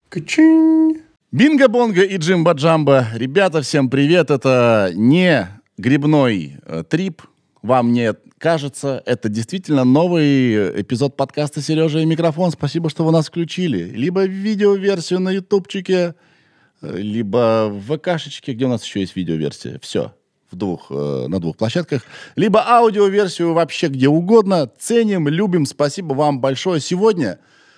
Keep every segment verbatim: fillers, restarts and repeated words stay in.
Качинь. Бинго-бонго и джимба-джамба. Ребята, всем привет. Это не грибной э, трип. Вам не кажется, это действительно новый эпизод подкаста «Сережа и микрофон». Спасибо, что вы нас включили. Либо видеоверсию на ютубчике, либо в ВКшечке, где у нас еще есть видеоверсия. Все. В двух, э, на двух площадках. Либо аудиоверсию вообще где угодно. Ценим, любим. Спасибо вам большое. Сегодня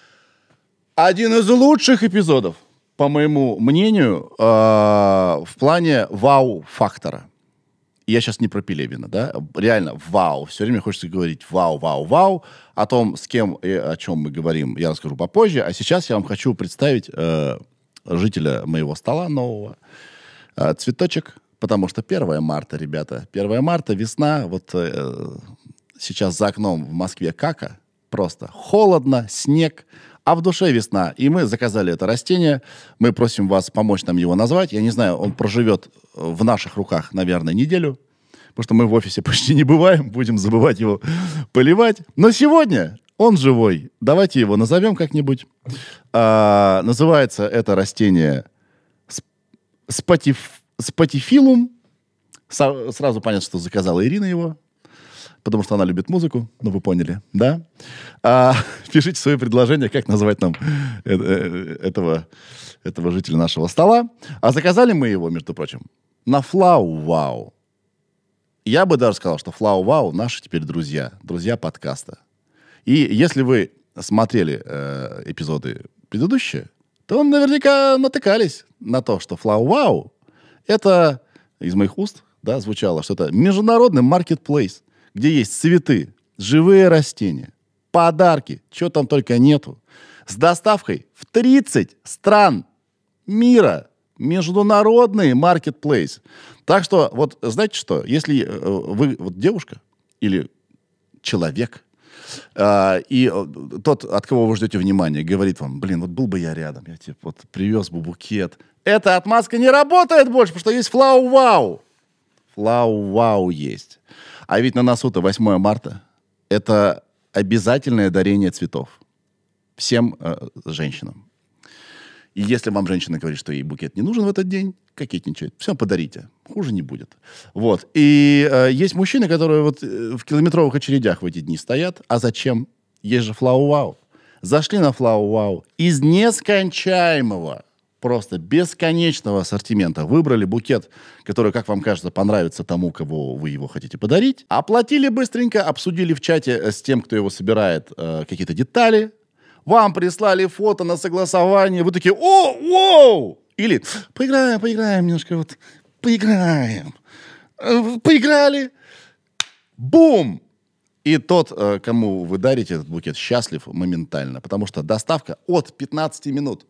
один из лучших эпизодов, по моему мнению, э, в плане вау-фактора. Я сейчас не про Пелевина, да? Реально, вау. Все время хочется говорить вау, вау, вау. О том, с кем и о чем мы говорим, я расскажу попозже. А сейчас я вам хочу представить э, жителя моего стола нового. Э, цветочек. Потому что первое марта, ребята. первое марта, весна. Вот э, сейчас за окном в Москве кака. Просто холодно, снег. А в душе весна. И мы заказали это растение. Мы просим вас помочь нам его назвать. Я не знаю, он проживет в наших руках, наверное, неделю. Потому что мы в офисе почти не бываем. Будем забывать его поливать. Но сегодня он живой. Давайте его назовем как-нибудь. А, называется это растение спатиф... спатифилум. Со... Сразу понятно, что заказала Ирина его. Потому что она любит музыку, ну, вы поняли, да? А, пишите свои предложения, как назвать нам этого, этого жителя нашего стола. А заказали мы его, между прочим, на Флау-Вау. Я бы даже сказал, что Флау-Вау наши теперь друзья, друзья подкаста. И если вы смотрели э, эпизоды предыдущие, то наверняка натыкались на то, что Флау-Вау это из моих уст, да, звучало, что это международный маркетплейс, где есть цветы, живые растения, подарки, чего там только нету, с доставкой в тридцать стран мира. Международный маркетплейс. Так что, вот знаете что, если э, вы вот девушка или человек, э, и тот, от кого вы ждете внимания, говорит вам, блин, вот был бы я рядом, я тебе вот привез бы букет. Эта отмазка не работает больше, потому что есть Флау-Вау. Флау-Вау есть. А ведь на носу-то восьмое марта. Это обязательное дарение цветов. Всем э, женщинам. И если вам женщина говорит, что ей букет не нужен в этот день, кокетничает, все, подарите. Хуже не будет. Вот. И э, есть мужчины, которые вот э, в километровых очередях в эти дни стоят. А зачем? Есть же Флау-Вау. Зашли на Флау-Вау. Из нескончаемого, просто бесконечного ассортимента выбрали букет, который, как вам кажется, понравится тому, кого вы его хотите подарить. Оплатили быстренько, обсудили в чате с тем, кто его собирает, э, какие-то детали. Вам прислали фото на согласование. Вы такие, о, воу! Или поиграем, поиграем немножко, вот, поиграем. Э, поиграли. Бум! И тот, э, кому вы дарите этот букет, счастлив моментально, потому что доставка от пятнадцати минут.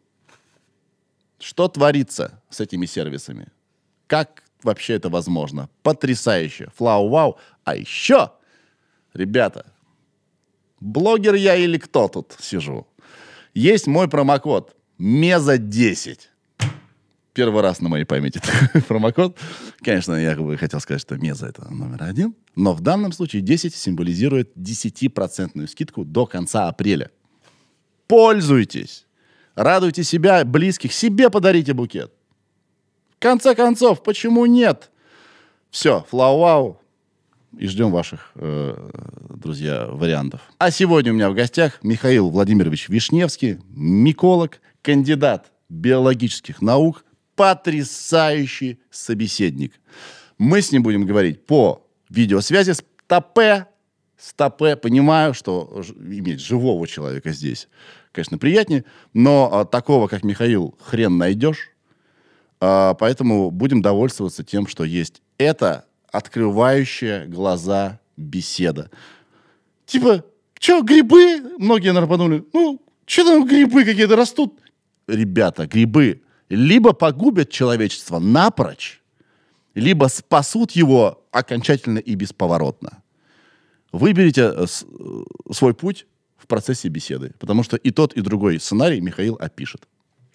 Что творится с этими сервисами? Как вообще это возможно? Потрясающе. Флау-Вау. А еще, ребята, блогер я или кто тут сижу? Есть мой промокод Меза десять. Первый раз на моей памяти такой промокод. Конечно, я бы хотел сказать, что Меза это номер один. Но в данном случае десять символизирует десятипроцентную скидку до конца апреля. Пользуйтесь. Радуйте себя, близких. Себе подарите букет. В конце концов, почему нет? Все, Флау-Вау. И ждем ваших, э, друзья, вариантов. А сегодня у меня в гостях Михаил Владимирович Вишневский, миколог, кандидат биологических наук, потрясающий собеседник. Мы с ним будем говорить по видеосвязи с ТП. С ТП. Понимаю, что иметь живого человека здесь, конечно, приятнее, но а, такого, как Михаил, хрен найдешь. А, поэтому будем довольствоваться тем, что есть. Это открывающая глаза беседа. Типа, что, грибы? Многие, наверное, подумали, ну, что там грибы какие-то растут? Ребята, грибы либо погубят человечество напрочь, либо спасут его окончательно и бесповоротно. Выберите свой путь в процессе беседы, потому что и тот, и другой сценарий Михаил опишет.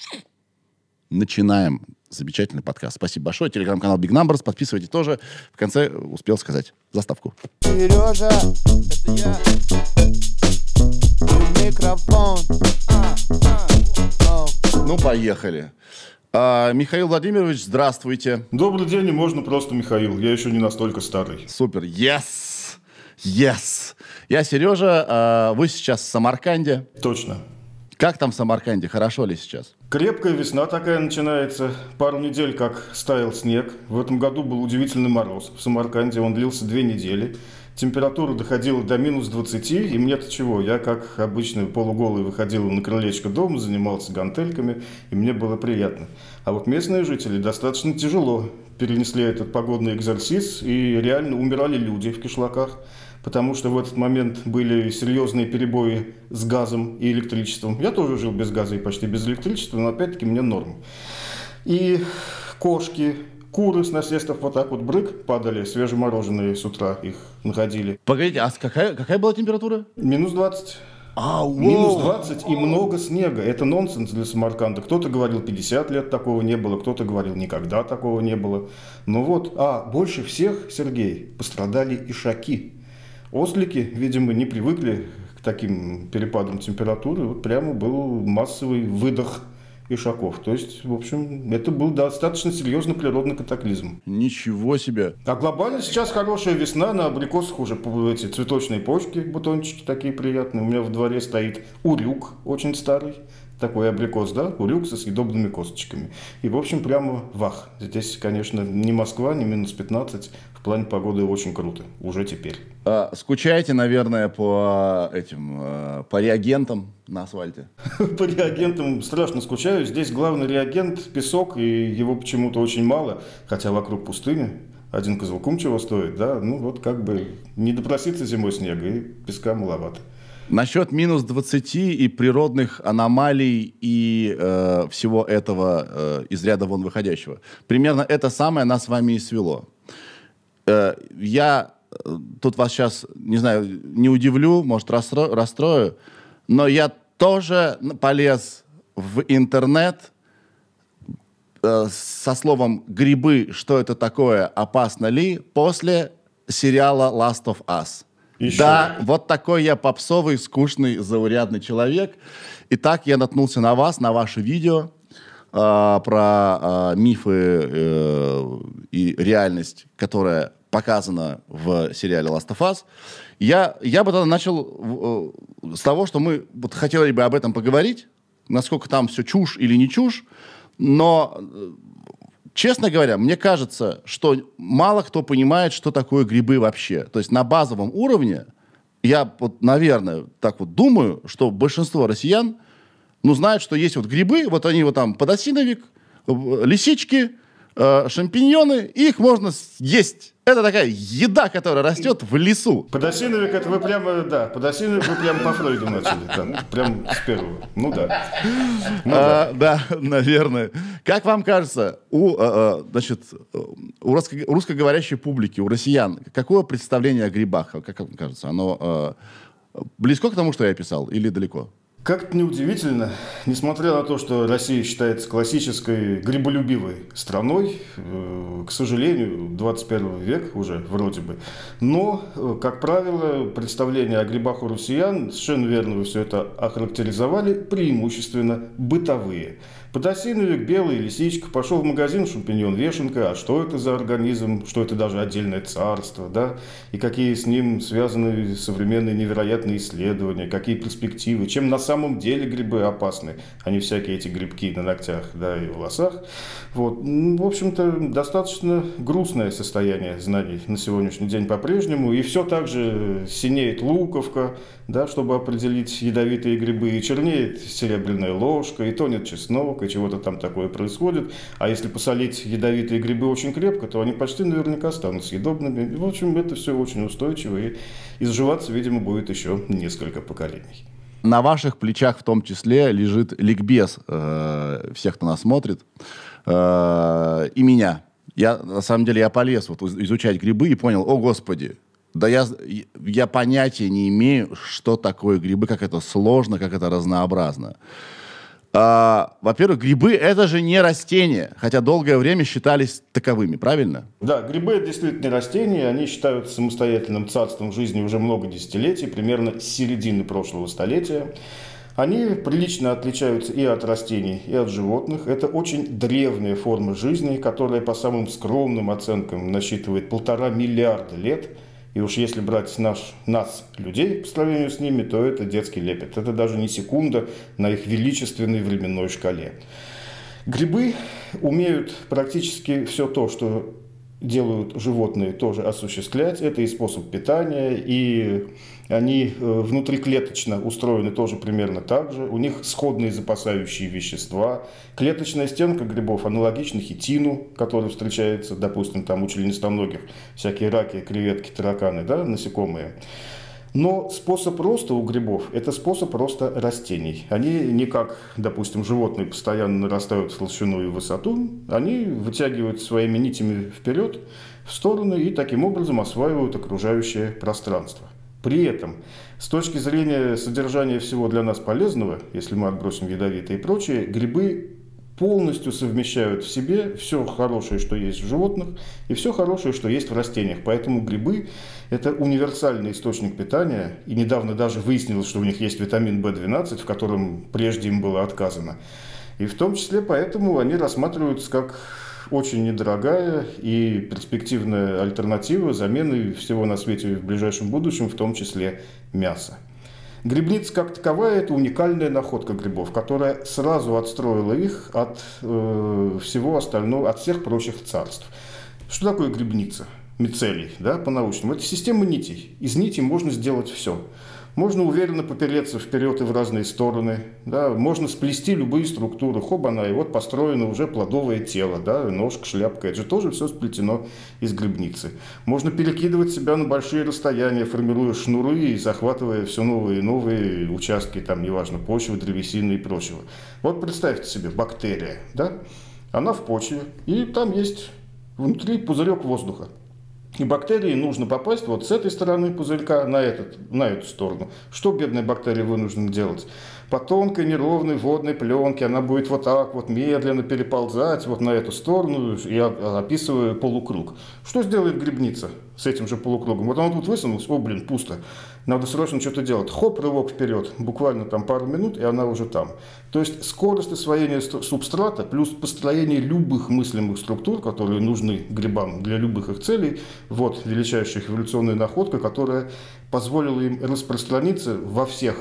Начинаем. Замечательный подкаст. Спасибо большое. Телеграм-канал Big Numbers. Подписывайтесь тоже. В конце успел сказать заставку. Сережа, это я. Микрофон. А, а, о. Ну, поехали. А, Михаил Владимирович, здравствуйте. Добрый день, и можно просто Михаил. Я еще не настолько старый. Супер. Yes! Yes! Я Сережа, а вы сейчас в Самарканде. Точно. Как там в Самарканде? Хорошо ли сейчас? Крепкая весна такая начинается. Пару недель как стаял снег. В этом году был удивительный мороз. В Самарканде он длился две недели. Температура доходила до минус двадцати, и мне-то чего? Я, как обычно, полуголый выходил на крылечко дома, занимался гантельками, и мне было приятно. А вот местные жители достаточно тяжело перенесли этот погодный экзорсис, и реально умирали люди в кишлаках, потому что в этот момент были серьезные перебои с газом и электричеством. Я тоже жил без газа и почти без электричества, но опять-таки мне норм. И кошки... Куры с насестов вот так вот брык падали, свежемороженые с утра их находили. Погодите, а какая, какая была температура? Минус двадцать. А, Минус двадцать и много снега. Это нонсенс для Самарканда. Кто-то говорил, пятьдесят лет такого не было, кто-то говорил, никогда такого не было. Ну вот, а больше всех, Сергей, пострадали ишаки. Ослики, видимо, не привыкли к таким перепадам температуры. Вот прямо был массовый выдох ишаков. То есть, в общем, это был достаточно серьезный природный катаклизм. Ничего себе. А глобально сейчас хорошая весна, на абрикосах уже эти цветочные почки, бутончики такие приятные. У меня в дворе стоит урюк, очень старый. Такой абрикос, да, урюк со съедобными косточками. И, в общем, прямо вах. Здесь, конечно, не Москва, не минус пятнадцать. В плане погоды очень круто. Уже теперь. А, скучаете, наверное, по этим, по реагентам на асфальте? По реагентам страшно скучаю. Здесь главный реагент – песок, и его почему-то очень мало. Хотя вокруг пустыня. Один козылкум чего стоит, да? Ну, вот как бы не допроситься зимой снега, и песка маловато. Насчет минус двадцати и природных аномалий и э, всего этого э, из ряда вон выходящего. Примерно это самое нас с вами и свело. Э, я тут вас сейчас, не знаю, не удивлю, может, расстро- расстрою, но я тоже полез в интернет э, со словом «грибы, что это такое, опасно ли?» после сериала «Last of Us». Еще. Да, вот такой я попсовый, скучный, заурядный человек. Итак, я наткнулся на вас, на ваше видео э, про э, мифы э, и реальность, которая показана в сериале Last of Us. Я, я бы тогда начал э, с того, что мы вот хотели бы об этом поговорить, насколько там все чушь или не чушь, но... Честно говоря, мне кажется, что мало кто понимает, что такое грибы вообще. То есть на базовом уровне, я, вот, наверное, так вот думаю, что большинство россиян, ну, знают, что есть вот грибы, вот они вот там подосиновик, лисички, э, шампиньоны, и их можно есть. Это такая еда, которая растет в лесу. Подосиновик, это вы прямо, да, подосиновик вы прямо по Фрейду начали, там, прям с первого. Ну да. Ну, а, да. да, наверное. Как вам кажется, у, а, значит, у русско- русскоговорящей публики, у россиян, какое представление о грибах? Как вам кажется, оно а, близко к тому, что я описал, или далеко? Как-то неудивительно, несмотря на то, что Россия считается классической гриболюбивой страной, э, к сожалению, двадцать первый век уже вроде бы, но, э, как правило, представления о грибах у россиян, совершенно верно вы все это охарактеризовали, преимущественно бытовые. Подосиновик, белый, лисичка, пошел в магазин, шампиньон, вешенка, а что это за организм, что это даже отдельное царство, да, и какие с ним связаны современные невероятные исследования, какие перспективы, чем на самом деле грибы опасны, а не всякие эти грибки на ногтях, да, и волосах. Вот. В общем-то, достаточно грустное состояние знаний на сегодняшний день по-прежнему, и все так же синеет луковка, да, чтобы определить ядовитые грибы, и чернеет серебряная ложка, и тонет чеснок, и чего-то там такое происходит. А если посолить ядовитые грибы очень крепко, то они почти наверняка станут съедобными. В общем, это все очень устойчиво, и изживаться, видимо, будет еще несколько поколений. На ваших плечах в том числе лежит ликбез э, всех, кто нас смотрит, э, и меня. Я, на самом деле, я полез вот изучать грибы и понял, о, Господи, да я, я понятия не имею, что такое грибы, как это сложно, как это разнообразно. А, во-первых, грибы – это же не растения, хотя долгое время считались таковыми, правильно? Да, грибы – это действительно растения, они считаются самостоятельным царством жизни уже много десятилетий, примерно с середины прошлого столетия. Они прилично отличаются и от растений, и от животных. Это очень древняя форма жизни, которая по самым скромным оценкам насчитывает полтора миллиарда лет. И уж если брать наш, нас, людей, по сравнению с ними, то это детский лепет. Это даже не секунда на их величественной временной шкале. Грибы умеют практически все то, что делают животные, тоже осуществлять. Это и способ питания, и они внутриклеточно устроены тоже примерно так же. У них сходные запасающие вещества. Клеточная стенка грибов аналогична хитину, который встречается, допустим, там у членистоногих, всякие раки, креветки, тараканы, да, насекомые. Но способ роста у грибов – это способ роста растений. Они не как, допустим, животные постоянно нарастают в толщину и в высоту, они вытягивают своими нитями вперед, в стороны и таким образом осваивают окружающее пространство. При этом, с точки зрения содержания всего для нас полезного, если мы отбросим ядовитые и прочее, грибы полностью совмещают в себе все хорошее, что есть в животных, и все хорошее, что есть в растениях. Поэтому грибы – это универсальный источник питания. И недавно даже выяснилось, что у них есть витамин бэ двенадцать, в котором прежде им было отказано. И в том числе поэтому они рассматриваются как очень недорогая и перспективная альтернатива замены всего на свете в ближайшем будущем, в том числе мяса. Грибница как таковая – это уникальная находка грибов, которая сразу отстроила их от э, всего остального, от всех прочих царств. Что такое грибница? Мицелий, да, по-научному. Это система нитей. Из нитей можно сделать все. Можно уверенно попереться вперед и в разные стороны. Да, можно сплести любые структуры. Хоба-на, и вот построено уже плодовое тело. Да, ножка, шляпка. Это же тоже все сплетено из грибницы. Можно перекидывать себя на большие расстояния, формируя шнуры и захватывая все новые и новые участки, там, неважно, почвы, древесины и прочего. Вот представьте себе бактерия. Да? Она в почве, и там есть внутри пузырек воздуха. И бактерии нужно попасть вот с этой стороны пузырька на, этот, на эту сторону. Что бедная бактерия вынуждена делать? По тонкой неровной водной пленке она будет вот так вот медленно переползать вот на эту сторону, я описываю полукруг. Что сделает грибница с этим же полукругом? Вот она тут высунулась, о, блин, пусто. Надо срочно что-то делать. Хоп, рывок вперед. Буквально там пару минут, и она уже там. То есть скорость освоения субстрата плюс построение любых мыслимых структур, которые нужны грибам для любых их целей, вот величайшая эволюционная находка, которая позволила им распространиться во всех,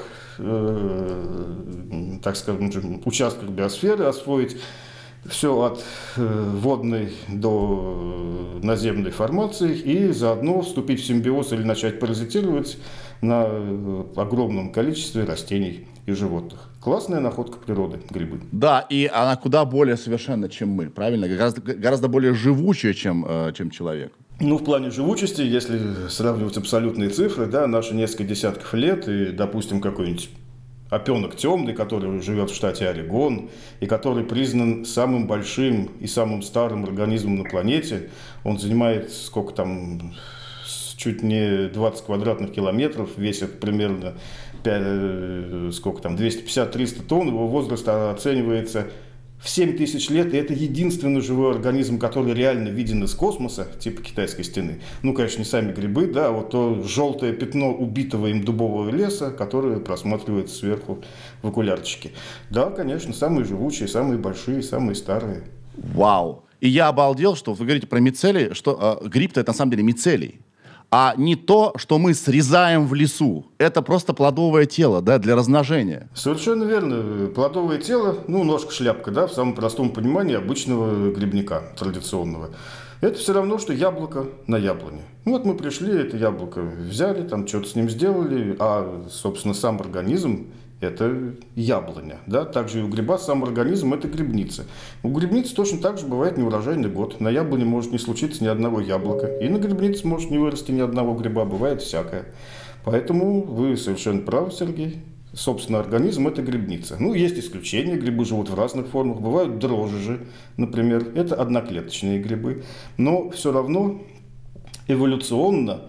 э, так скажем, участках биосферы, освоить все от э, водной до наземной формации и заодно вступить в симбиоз или начать паразитировать на э, огромном количестве растений и животных. Классная находка природы, грибы. Да, и она куда более совершенна, чем мы, правильно? Гораздо, гораздо более живучая, чем, э, чем человек. Ну, в плане живучести, если сравнивать абсолютные цифры, да, наши несколько десятков лет, и, допустим, какой-нибудь опенок темный, который живет в штате Орегон, и который признан самым большим и самым старым организмом на планете, он занимает сколько там, чуть не двадцать квадратных километров, весит примерно пять, сколько там, двести пятьдесят - триста тонн, его возраст оценивается в семь тысяч лет, и это единственный живой организм, который реально виден из космоса, типа китайской стены. Ну, конечно, не сами грибы, да, а вот то желтое пятно убитого им дубового леса, которое просматривается сверху в окулярчике. Да, конечно, самые живучие, самые большие, самые старые. Вау! И я обалдел, что вы говорите про мицелий, что э, гриб-то это на самом деле мицелий. А не то, что мы срезаем в лесу. Это просто плодовое тело, да, для размножения. Совершенно верно. Плодовое тело, ну, ножка-шляпка, да, в самом простом понимании обычного грибника традиционного. Это все равно, что яблоко на яблоне. Ну, вот мы пришли, это яблоко взяли, там что-то с ним сделали, а, собственно, сам организм – это яблоня. Да? Также и у гриба сам организм – это грибница. У грибницы точно так же бывает неурожайный год. На яблоне может не случиться ни одного яблока. И на грибнице может не вырасти ни одного гриба. Бывает всякое. Поэтому вы совершенно правы, Сергей. Собственно, организм – это грибница. Ну, есть исключения. Грибы живут в разных формах. Бывают дрожжи, например. Это одноклеточные грибы. Но все равно эволюционно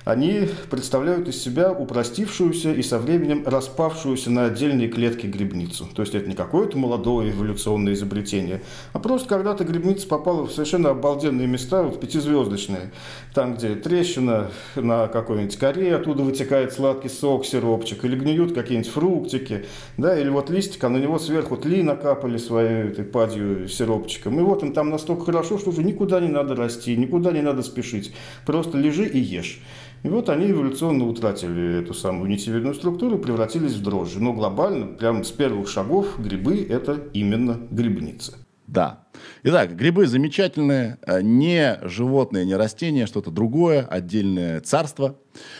Они представляют из себя упростившуюся и со временем распавшуюся на отдельные клетки грибницу. То есть это не какое-то молодое эволюционное изобретение, а просто когда-то грибница попала в совершенно обалденные места, вот пятизвездочные, там, где трещина на какой-нибудь коре, оттуда вытекает сладкий сок, сиропчик, или гниют какие-нибудь фруктики, да, или вот листик, а на него сверху тли накапали своей этой падью сиропчиком. И вот им там настолько хорошо, что уже никуда не надо расти, никуда не надо спешить. Просто лежи и ешь. И вот они эволюционно утратили эту самую нитевидную структуру, превратились в дрожжи. Но глобально, прямо с первых шагов, грибы – это именно грибница. Да. Итак, грибы замечательные, не животные, не растения, что-то другое, отдельное царство.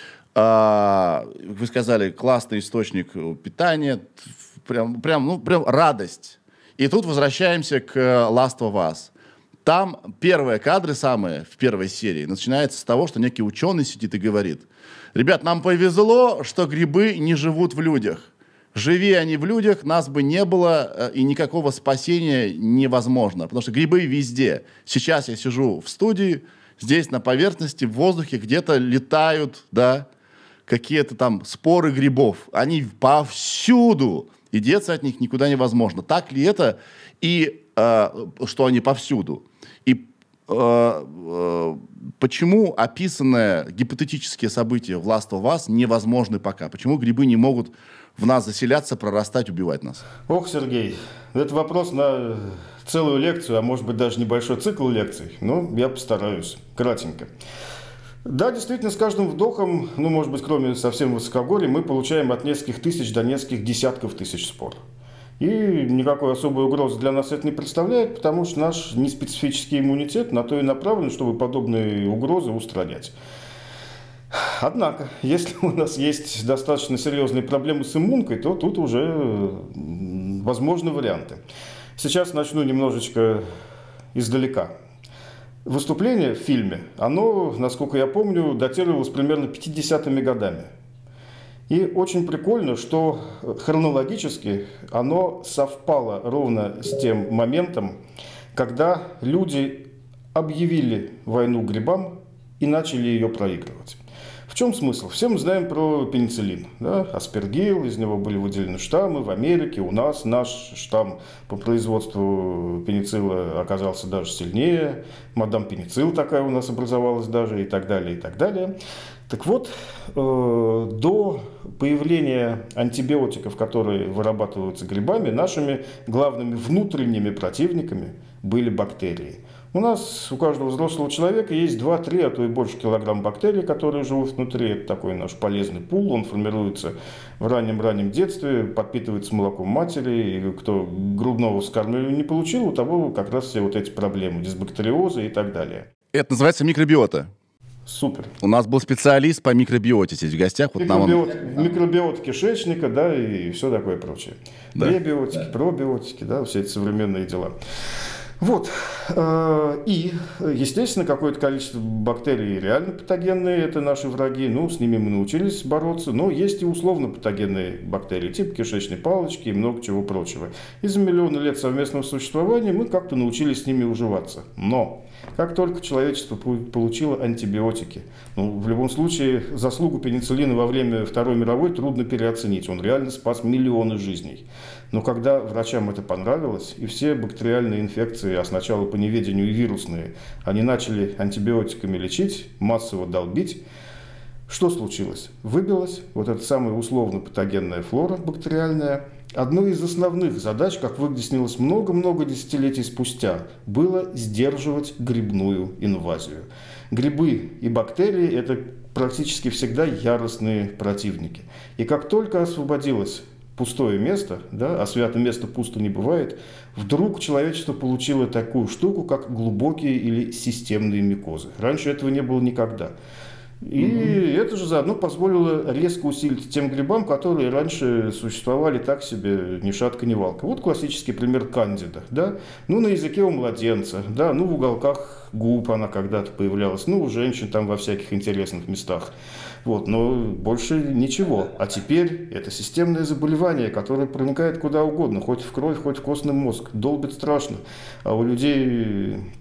Вы сказали, классный источник питания, прям, прям, ну, прям радость. И тут возвращаемся к Last of Us. Там первые кадры самые в первой серии начинаются с того, что некий ученый сидит и говорит: ребят, нам повезло, что грибы не живут в людях. Живи они в людях, нас бы не было, и никакого спасения невозможно, потому что грибы везде. Сейчас я сижу в студии, здесь на поверхности, в воздухе где-то летают, да, какие-то там споры грибов. Они повсюду, и деться от них никуда невозможно. Так ли это, и э, что они повсюду? И э, э, почему описанные гипотетические события в Last of Us невозможны пока? Почему грибы не могут в нас заселяться, прорастать, убивать нас? Ох, Сергей, это вопрос на целую лекцию, а может быть даже небольшой цикл лекций. Но я постараюсь, кратенько. Да, действительно, с каждым вдохом, ну, может быть, кроме совсем высокогорья, мы получаем от нескольких тысяч до нескольких десятков тысяч спор. И никакой особой угрозы для нас это не представляет, потому что наш неспецифический иммунитет на то и направлен, чтобы подобные угрозы устранять. Однако, если у нас есть достаточно серьезные проблемы с иммункой, то тут уже возможны варианты. Сейчас начну немножечко издалека. Выступление в фильме, оно, насколько я помню, датировалось примерно пятидесятыми годами. И очень прикольно, что хронологически оно совпало ровно с тем моментом, когда люди объявили войну грибам и начали ее проигрывать. В чем смысл? Все мы знаем про пенициллин. Да? Аспергилл, из него были выделены штаммы в Америке. У нас наш штамм по производству пеницилла оказался даже сильнее. Мадам Пеницилл такая у нас образовалась даже, и так далее, и так далее. Так вот, э, до появления антибиотиков, которые вырабатываются грибами, нашими главными внутренними противниками были бактерии. У нас, у каждого взрослого человека есть два-три, а то и больше килограмм бактерий, которые живут внутри. Это такой наш полезный пул, он формируется в раннем-раннем детстве, подпитывается молоком матери. И кто грудного вскармливания не получил, у того как раз все вот эти проблемы, дисбактериозы и так далее. Это называется микробиота. Супер. У нас был специалист по микробиоте здесь в гостях. Вот Микробиот, он... Микробиот кишечника, да, и все такое прочее. Да. Пребиотики, пробиотики, да, все эти современные дела. Вот. И, естественно, какое-то количество бактерий реально патогенные, это наши враги, ну, с ними мы научились бороться, но есть и условно патогенные бактерии, типа кишечной палочки и много чего прочего. И за миллионы лет совместного существования мы как-то научились с ними уживаться. Но как только человечество получило антибиотики, ну, в любом случае, заслугу пенициллина во время Второй мировой трудно переоценить, он реально спас миллионы жизней. Но когда врачам это понравилось, и все бактериальные инфекции, а сначала по неведению и вирусные, они начали антибиотиками лечить, массово долбить, что случилось? Выбилась вот эта самая условно-патогенная флора бактериальная. Одной из основных задач, как выяснилось много-много десятилетий спустя, было сдерживать грибную инвазию. Грибы и бактерии – это практически всегда яростные противники. И как только освободилось пустое место, да, а святое место пусто не бывает, вдруг человечество получило такую штуку, как глубокие или системные микозы. Раньше этого не было никогда. И mm-hmm. это же заодно позволило резко усилить тем грибам, которые раньше существовали так себе, ни шатка, ни валка. Вот классический пример кандида. Да? Ну, на языке у младенца, да? Ну, в уголках губ она когда-то появлялась, ну, у женщин там во всяких интересных местах. Вот, но больше ничего. А теперь это системное заболевание, которое проникает куда угодно, хоть в кровь, хоть в костный мозг. Долбит страшно. А у людей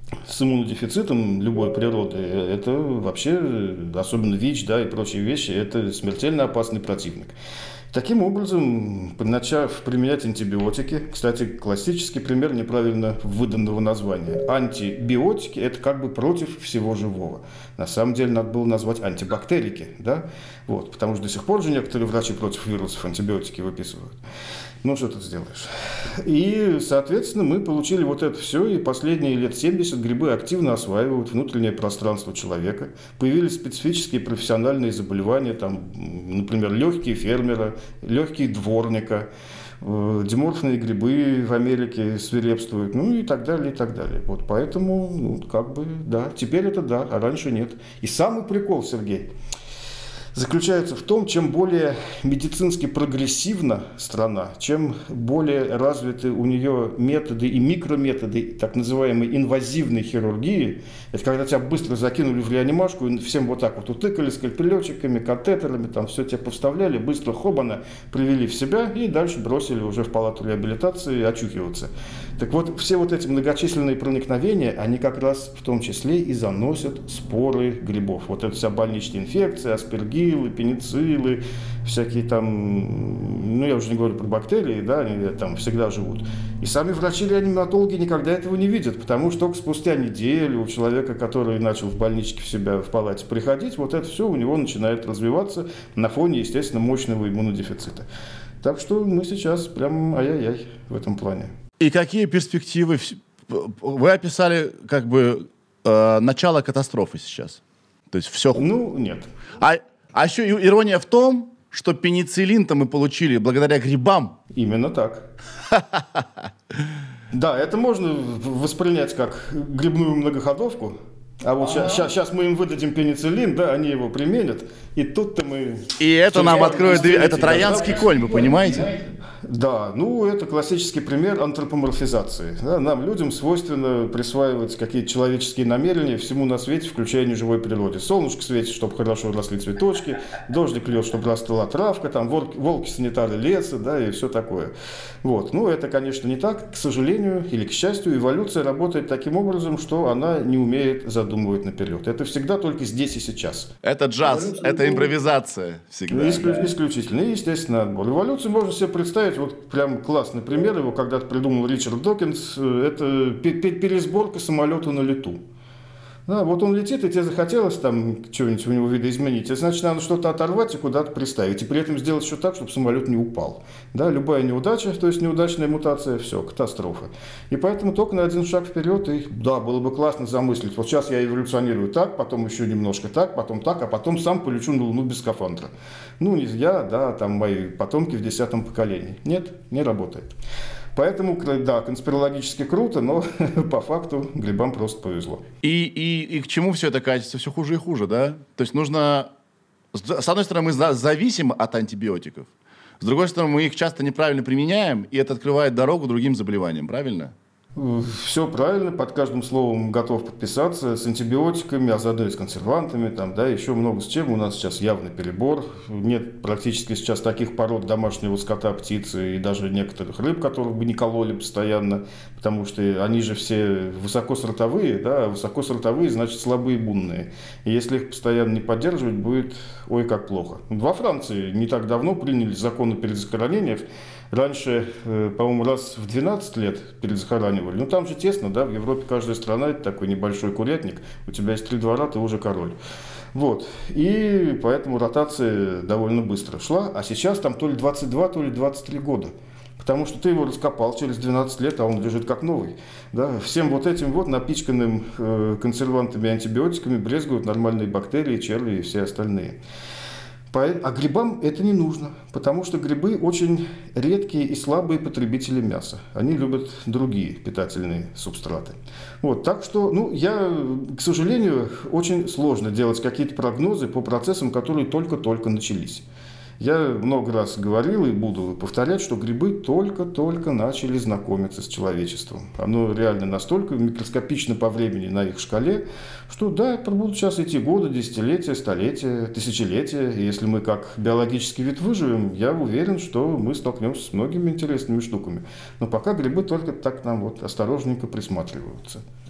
с иммунодефицитом любой природы, это вообще, особенно ВИЧ, да, и прочие вещи, это смертельно опасный противник. Таким образом, начав применять антибиотики, кстати, классический пример неправильно выданного названия. Антибиотики – это как бы против всего живого. На самом деле надо было назвать антибактерики, да? Вот, потому что до сих пор же некоторые врачи против вирусов антибиотики выписывают. Ну, что тут сделаешь. И, соответственно, мы получили вот это все, и последние лет семьдесят грибы активно осваивают внутреннее пространство человека. Появились специфические профессиональные заболевания, там, например, легкие фермера, легкие дворника, диморфные грибы в Америке свирепствуют, ну и так далее, и так далее. Вот поэтому, ну, как бы, да, теперь это да, а раньше нет. И самый прикол, Сергей, заключается в том, чем более медицински прогрессивна страна, чем более развиты у нее методы и микрометоды так называемой инвазивной хирургии, это когда тебя быстро закинули в реанимашку и всем вот так вот утыкали скальпелечиками, катетерами, там все тебе повставляли, быстро хобана привели в себя и дальше бросили уже в палату реабилитации очухиваться. Так вот, все вот эти многочисленные проникновения, они как раз в том числе и заносят споры грибов. Вот эта вся больничная инфекция, аспергиллы, пенициллы, всякие там, ну я уже не говорю про бактерии, да, они там всегда живут. И сами врачи-реаниматологи никогда этого не видят, потому что только спустя неделю у человека, который начал в больничке в себя в палате приходить, вот это все у него начинает развиваться на фоне, естественно, мощного иммунодефицита. Так что мы сейчас прям ай-яй-яй в этом плане. И какие перспективы? Вы описали как бы э, начало катастрофы сейчас. То есть все. Ну, нет. А, а еще ирония в том, что пенициллин-то мы получили благодаря грибам. Именно так. Да, это можно воспринять как грибную многоходовку. А вот сейчас, сейчас мы им выдадим пенициллин, да, они его применят, и тут-то мы... И это нам откроет... Это троянский конь, вы понимаете? Да, ну это классический пример антропоморфизации. Да, нам, людям, свойственно присваивать какие-то человеческие намерения всему на свете, включая неживой природе. Солнышко светит, чтобы хорошо росли цветочки, дождик льет, чтобы росла травка, там волки, волки-санитары леса, да, и все такое. Вот. Ну, это, конечно, не так. К сожалению или к счастью, эволюция работает таким образом, что она не умеет задумывать наперед. Это всегда только здесь и сейчас. Это джаз, эволюция, это импровизация всегда. Исклю, да. Исключительно. И, естественно, отбор. Эволюцию можно себе представить, вот прям классный пример, его когда-то придумал Ричард Докинс, это пересборка самолета на лету. Да, вот он летит, и тебе захотелось там что-нибудь у него видоизменить, и значит, надо что-то оторвать и куда-то приставить, и при этом сделать еще так, чтобы самолет не упал. Да, любая неудача, то есть неудачная мутация, все, катастрофа. И поэтому только на один шаг вперед, и да, было бы классно замыслить, вот сейчас я эволюционирую так, потом еще немножко так, потом так, а потом сам полечу на Луну без скафандра. Ну, не я, да, там мои потомки в десятом поколении. Нет, не работает. Поэтому, да, конспирологически круто, но по факту грибам просто повезло. И, и, и к чему все это катится? Все хуже и хуже, да? То есть нужно... С одной стороны, мы зависим от антибиотиков. С другой стороны, мы их часто неправильно применяем, и это открывает дорогу другим заболеваниям, правильно? Все правильно, под каждым словом готов подписаться, с антибиотиками, а заодно и с консервантами, там, да, еще много с чем. У нас сейчас явный перебор. Нет практически сейчас таких пород домашнего скота, птицы и даже некоторых рыб, которых бы не кололи постоянно, потому что они же все высокосортовые, да, а высокосортовые, значит, слабые бунные. И если их постоянно не поддерживать, будет ой как плохо. Во Франции не так давно приняли закон о перезахоронениях. Раньше, по-моему, раз в двенадцать лет перезахоранивали. Ну, там же тесно, да, в Европе каждая страна – это такой небольшой курятник. У тебя есть три двора, ты уже король. Вот. И поэтому ротация довольно быстро шла. А сейчас там то ли двадцать два, то ли двадцать три года. Потому что ты его раскопал через двенадцать лет, а он лежит как новый. Да? Всем вот этим вот напичканным э, консервантами и антибиотиками брезгуют нормальные бактерии, черви и все остальные. А грибам это не нужно, потому что грибы очень редкие и слабые потребители мяса. Они любят другие питательные субстраты. Вот, так что, ну, я, к сожалению, очень сложно делать какие-то прогнозы по процессам, которые только-только начались. Я много раз говорил и буду повторять, что грибы только-только начали знакомиться с человечеством. Оно реально настолько микроскопично по времени на их шкале, что да, будут сейчас идти годы, десятилетия, столетия, тысячелетия. И если мы как биологический вид выживем, я уверен, что мы столкнемся с многими интересными штуками. Но пока грибы только так нам вот осторожненько присматриваются.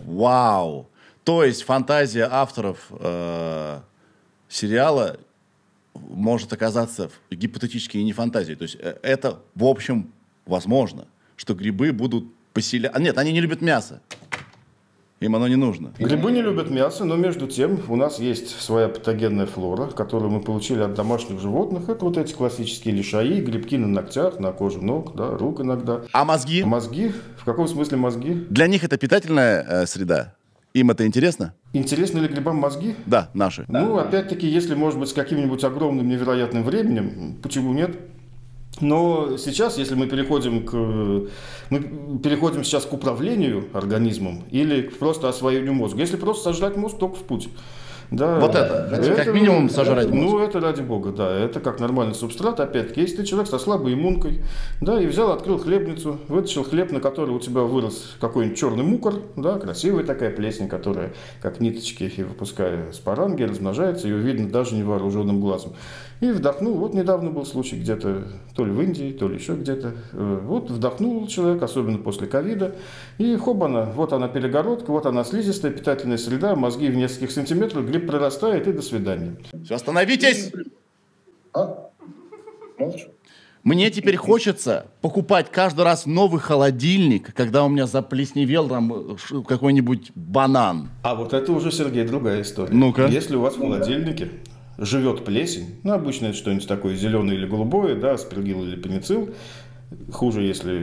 Вау! То есть фантазия авторов э, сериала может оказаться гипотетически и не фантазией. То есть это, в общем, возможно, что грибы будут поселять... А нет, они не любят мясо. Им оно не нужно. Грибы не любят мясо, но между тем у нас есть своя патогенная флора, которую мы получили от домашних животных. Это вот эти классические лишаи, грибки на ногтях, на коже ног, да, рук иногда. А мозги? Мозги? В каком смысле мозги? Для них это питательная э, среда. Им это интересно? Интересны ли грибам мозги? Да, наши. Ну, опять-таки, если, может быть, с каким-нибудь огромным невероятным временем, почему нет? Но сейчас, если мы переходим к, мы переходим сейчас к управлению организмом или к просто освоению мозга. Если просто сожрать мозг, только в путь. Да, вот это, это, как минимум сожрать это, мозг. Ну, это ради бога, да. Это как нормальный субстрат, опять-таки. Если ты человек со слабой иммункой, да, и взял, открыл хлебницу, вытащил хлеб, на который у тебя вырос какой-нибудь черный мукор, да, красивая такая плесень, которая, как ниточки, и выпуская споранги, размножается, ее видно даже невооруженным глазом. И вдохнул, вот недавно был случай где-то, то ли в Индии, то ли еще где-то, вот вдохнул человек, особенно после ковида, и хобана, вот она перегородка, вот она слизистая, питательная среда, мозги в нескольких сантиметрах, гриб прорастает, и до свидания. Все, остановитесь! А? Молчу. Мне теперь хочется покупать каждый раз новый холодильник, когда у меня заплесневел там какой-нибудь банан. А вот это уже, Сергей, другая история. Ну-ка. Если у вас в холодильнике живет плесень, ну, обычно это что-нибудь такое зеленое или голубое, да, аспергилл или пеницилл, хуже, если...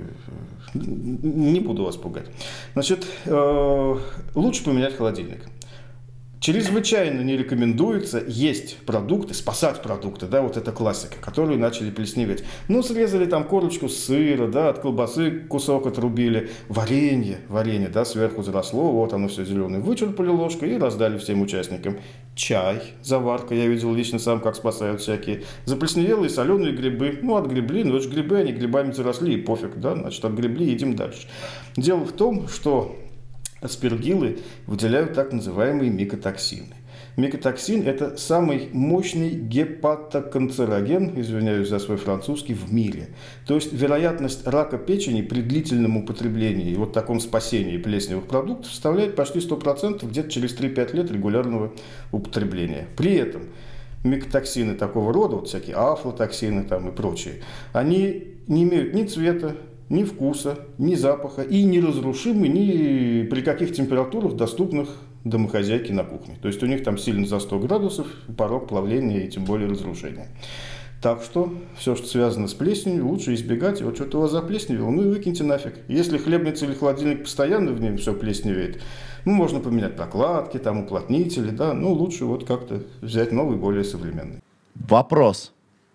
Не буду вас пугать. Значит, лучше поменять холодильник. Чрезвычайно не рекомендуется есть продукты, спасать продукты, да, вот это классика, которые начали плесневеть. Ну, срезали там корочку сыра, да, от колбасы кусок отрубили, варенье, варенье, да, сверху заросло, вот оно все зеленое, вычерпали ложкой и раздали всем участникам. Чай, заварка, я видел лично сам, как спасают всякие. Заплесневелые соленые грибы, ну, отгребли, ну, это же грибы, они грибами заросли, и пофиг, да, значит, отгребли, едим дальше. Дело в том, что аспергиллы выделяют так называемые микотоксины. Микотоксин – это самый мощный гепатоканцероген, извиняюсь за свой французский, в мире. То есть вероятность рака печени при длительном употреблении и вот таком спасении плесневых продуктов составляет почти сто процентов где-то через три-пять лет регулярного употребления. При этом микотоксины такого рода, вот всякие афлатоксины там и прочие, они не имеют ни цвета, ни вкуса, ни запаха и неразрушимы ни при каких температурах, доступных домохозяйке на кухне. То есть у них там сильно за сто градусов порог плавления и тем более разрушения. Так что все, что связано с плесенью, лучше избегать. И вот что-то у вас заплесневело, ну и выкиньте нафиг. Если хлебница или холодильник постоянно в нем все плесневеет, ну, можно поменять прокладки, там, уплотнители, да, ну, лучше вот как-то взять новый, более современный. Вопрос.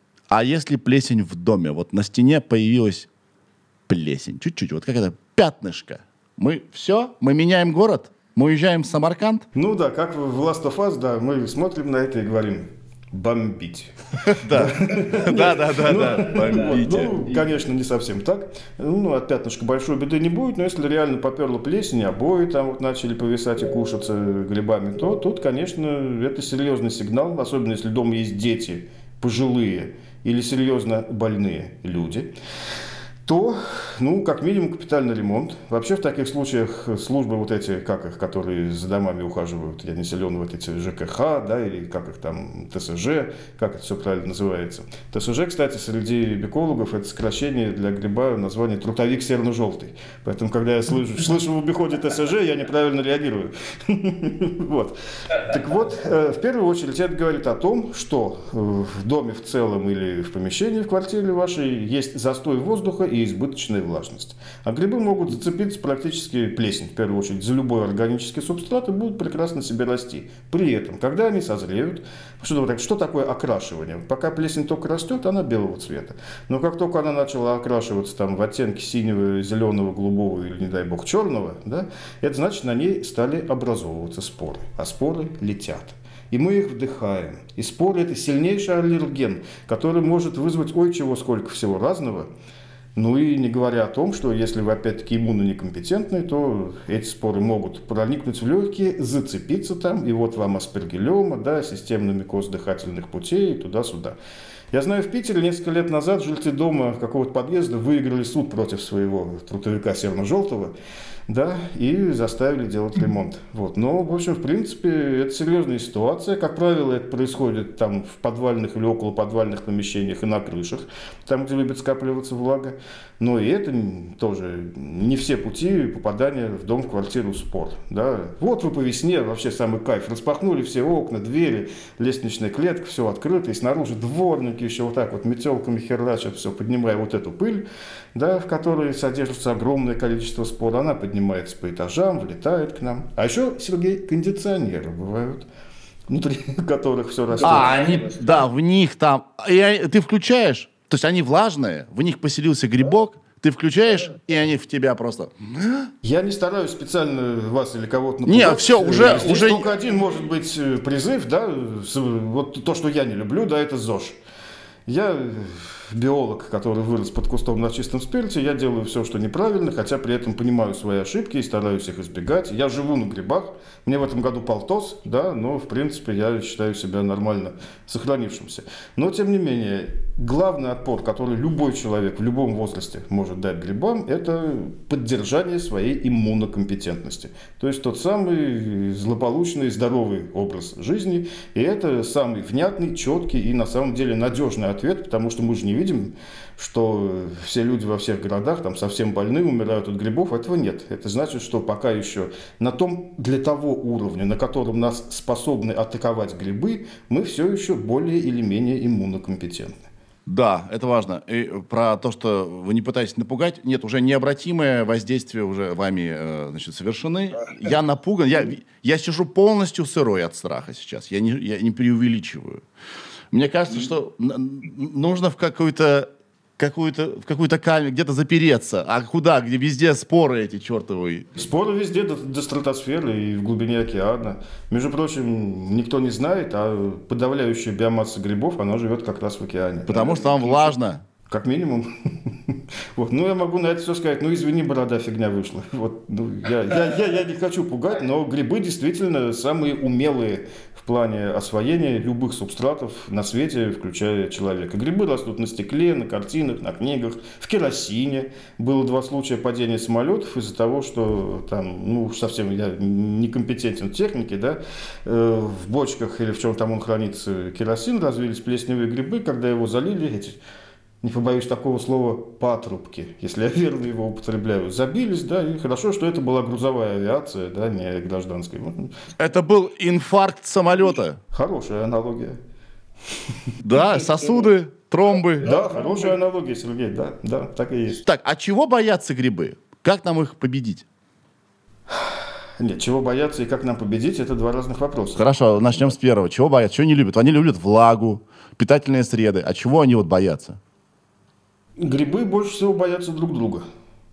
А если плесень в доме? Вот на стене появилась плесень. Чуть-чуть. Вот как это пятнышко. Мы все? Мы меняем город? Мы уезжаем в Самарканд? Ну да, как в Last of Us, да, мы смотрим на это и говорим: бомбить. Да, да, да, да, бомбите. Ну, конечно, не совсем так. Ну, от пятнышка большой беды не будет, но если реально поперла плесень, обои там вот начали повисать и кушаться грибами, то тут, конечно, это серьезный сигнал, особенно если дома есть дети, пожилые или серьезно больные люди, то, ну, как минимум, капитальный ремонт. Вообще, в таких случаях службы вот эти, как их, которые за домами ухаживают, я не силен, вот эти ЖКХ, да, или как их там, ТСЖ, как это все правильно называется. ТСЖ, кстати, среди бикологов это сокращение для гриба название трутовик серно-желтый. Поэтому, когда я слышу, слышу в обиходе ТСЖ, я неправильно реагирую. Вот. Так вот, в первую очередь, это говорит о том, что в доме в целом или в помещении, в квартире вашей есть застой воздуха и избыточная влажность. А грибы могут зацепиться практически плесень, в первую очередь, за любой органический субстрат и будут прекрасно себе расти. При этом, когда они созреют, что, что такое окрашивание? Пока плесень только растет, она белого цвета. Но как только она начала окрашиваться там, в оттенки синего, зеленого, голубого или, не дай бог, черного, да, это значит, на ней стали образовываться споры. А споры летят. И мы их вдыхаем. И споры – это сильнейший аллерген, который может вызвать ой чего сколько всего разного. Ну и не говоря о том, что если вы опять-таки иммунонекомпетентны, то эти споры могут проникнуть в легкие, зацепиться там, и вот вам аспергиллема, да, системный микоз дыхательных путей, туда-сюда. Я знаю, в Питере несколько лет назад жильцы дома какого-то подъезда выиграли суд против своего трутовика серно-желтого да, и заставили делать ремонт. Вот. Но, в общем, в принципе, это серьезная ситуация. Как правило, это происходит там в подвальных или около подвальных помещениях и на крышах, там, где любит скапливаться влага. Но и это тоже не все пути попадания в дом, в квартиру, в спор. Да. Вот вы по весне, вообще самый кайф. Распахнули все окна, двери, лестничная клетка, все открыто. И снаружи дворники еще вот так вот метелками херачат, все, поднимая вот эту пыль, да, в которой содержится огромное количество спор. Она поднимается по этажам, влетает к нам. А еще, Сергей, кондиционеры бывают, внутри которых все растет. А, они, да, в них там... И они- ты включаешь, то есть они влажные, в них поселился грибок, ты включаешь, и они в тебя просто... Я не стараюсь специально вас или кого-то Не, напугать. всё, уже- Здесь уже- только один может быть э, призыв, да, с- вот то, что я не люблю, да, это ЗОЖ. Я э, биолог, который вырос под кустом на чистом спирте, я делаю все, что неправильно, хотя при этом понимаю свои ошибки и стараюсь их избегать. Я живу на грибах, мне в этом году полтос, да, но в принципе я считаю себя нормально сохранившимся. Но тем не менее, главный отпор, который любой человек в любом возрасте может дать грибам, это поддержание своей иммунокомпетентности. То есть тот самый злополучный здоровый образ жизни, и это самый внятный, четкий и на самом деле надежный ответ, потому что мы же не видим, что все люди во всех городах там совсем больны, умирают от грибов. Этого нет. Это значит, что пока еще на том, для того уровня, на котором нас способны атаковать грибы, мы все еще более или менее иммунокомпетентны. Да, это важно. И про то, что вы не пытаетесь напугать, нет, уже необратимые воздействия уже вами э, значит, совершены. Я напуган, я, я сижу полностью сырой от страха сейчас, я не, я не преувеличиваю. Мне кажется, что н- нужно в какую-то какую-то, в какую-то камеру где-то запереться. А куда? Где везде споры эти чертовые. Споры везде до, до стратосферы и в глубине океана. Между прочим, никто не знает, а подавляющая биомасса грибов, она живет как раз в океане. Потому что там влажно. Как минимум. Вот. Ну, я могу на это все сказать. Ну, извини, борода, фигня вышла. Вот. Ну, я, я, я, я не хочу пугать, но грибы действительно самые умелые в плане освоения любых субстратов на свете, включая человека. Грибы растут на стекле, на картинах, на книгах, в керосине. Было два случая падения самолетов из-за того, что там, ну, совсем я некомпетентен в технике, да, э, в бочках или в чем там он хранится керосин, развились плесневые грибы, когда его залили, эти... не побоюсь такого слова, патрубки, если я верно его употребляю, забились, да, и хорошо, что это была грузовая авиация, да, не гражданская. Это был инфаркт самолета. Хорошая аналогия. Да, сосуды, тромбы. Да, хорошая аналогия, Сергей, да, да, так и есть. Так, а чего боятся грибы? Как нам их победить? Нет, чего бояться и как нам победить, это два разных вопроса. Хорошо, начнем с первого. Чего боятся? Чего не любят? Они любят влагу, питательные среды. А чего они вот боятся? Грибы больше всего боятся друг друга,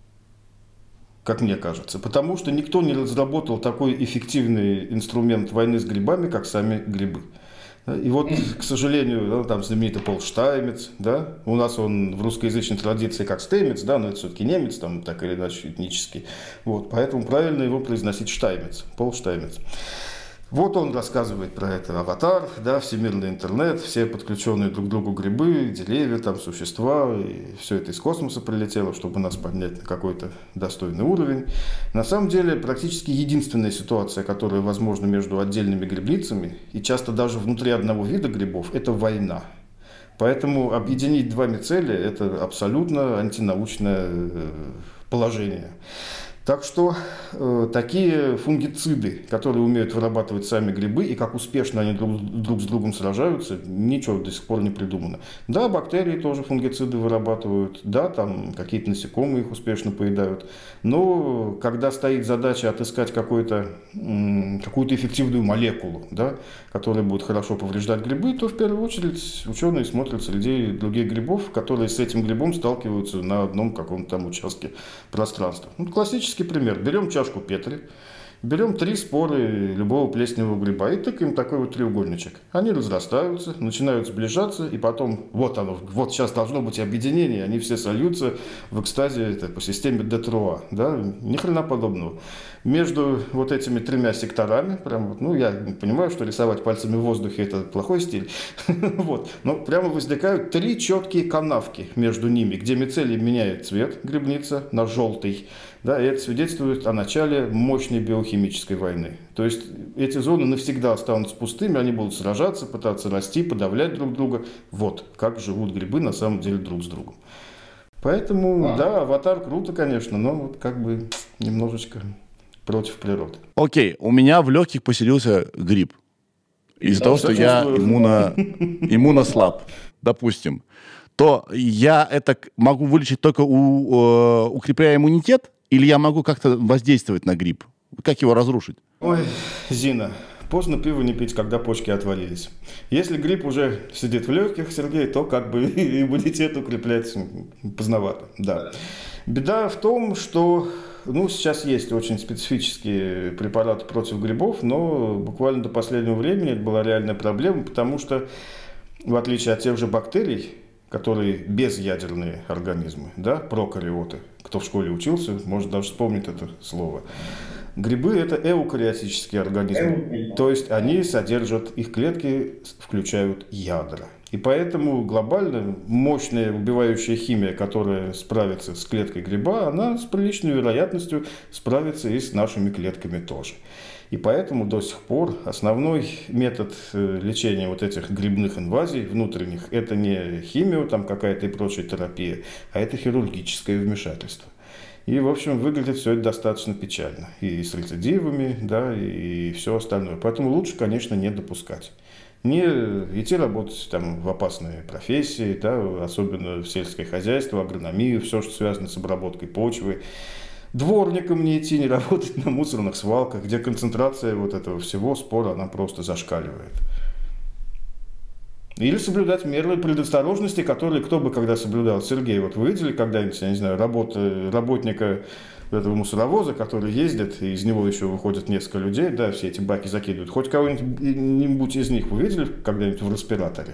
как мне кажется, потому что никто не разработал такой эффективный инструмент войны с грибами, как сами грибы. И вот, к сожалению, да, там знаменитый Пол Штайнмец, да, у нас он в русскоязычной традиции как Стейнмец, да, но это все-таки немец, там так или иначе этнический, вот, поэтому правильно его произносить Штайнмец, Пол Штайнмец. Вот он рассказывает про это аватар, да, всемирный интернет, все подключенные друг к другу грибы, деревья, там существа, и все это из космоса прилетело, чтобы нас поднять на какой-то достойный уровень. На самом деле, практически единственная ситуация, которая возможна между отдельными грибницами, и часто даже внутри одного вида грибов, это война. Поэтому объединить два мицелия – это абсолютно антинаучное положение. Так что э, такие фунгициды, которые умеют вырабатывать сами грибы, и как успешно они друг, друг с другом сражаются, ничего до сих пор не придумано. Да, бактерии тоже фунгициды вырабатывают, да, там какие-то насекомые их успешно поедают. Но когда стоит задача отыскать какую-то м, какую-то эффективную молекулу, да, которая будет хорошо повреждать грибы, то в первую очередь ученые смотрят среди других грибов, которые с этим грибом сталкиваются на одном каком-то там участке пространства. Ну, классический пример. Берем чашку Петри, берем три споры любого плесневого гриба и тыкаем такой вот треугольничек. Они разрастаются, начинают сближаться, и потом, вот оно, вот сейчас должно быть объединение, они все сольются в экстазе это, по системе Детруа. Да? Ни хрена подобного. Между вот этими тремя секторами, прям, ну, я понимаю, что рисовать пальцами в воздухе – это плохой стиль, вот, но прямо возникают три четкие канавки между ними, где мицелий меняет цвет, грибница, на желтый, Да, и это свидетельствует о начале мощной биохимической войны. То есть эти зоны навсегда останутся пустыми, они будут сражаться, пытаться расти, подавлять друг друга. Вот как живут грибы на самом деле друг с другом. Поэтому, а. да, аватар круто, конечно, но вот как бы немножечко против природы. Окей, у меня в легких поселился гриб. Из-за да, того, что я иммуно, иммунослаб, допустим, то я это могу вылечить только у, э, укрепляя иммунитет, или я могу как-то воздействовать на гриб? Как его разрушить? Ой, Зина, поздно пиво не пить, когда почки отвалились. Если гриб уже сидит в легких, Сергей, то как бы иммунитет укреплять поздновато. Да. Беда в том, что ну, сейчас есть очень специфические препараты против грибов, но буквально до последнего времени это была реальная проблема, потому что в отличие от тех же бактерий, которые безъядерные организмы, да, прокариоты, кто в школе учился, может даже вспомнить это слово. Грибы – это эукариотические организмы, то есть они содержат, их клетки включают ядра. И поэтому глобально мощная убивающая химия, которая справится с клеткой гриба, она с приличной вероятностью справится и с нашими клетками тоже. И поэтому до сих пор основной метод лечения вот этих грибных инвазий внутренних – это не химио, там какая-то и прочая терапия, а это хирургическое вмешательство. И, в общем, выглядит все это достаточно печально. И с рецидивами, да, и все остальное. Поэтому лучше, конечно, не допускать. Не идти работать там, в опасные профессии, да, особенно в сельское хозяйство, агрономию, все, что связано с обработкой почвы. Дворником не идти, не работать на мусорных свалках, где концентрация вот этого всего спора, она просто зашкаливает. Или соблюдать меры предосторожности, которые кто бы когда соблюдал. Сергей, вот вы видели когда-нибудь, я не знаю, работа, работника этого мусоровоза, который ездит, и из него еще выходят несколько людей, да, все эти баки закидывают. Хоть кого-нибудь из них вы видели когда-нибудь в респираторе?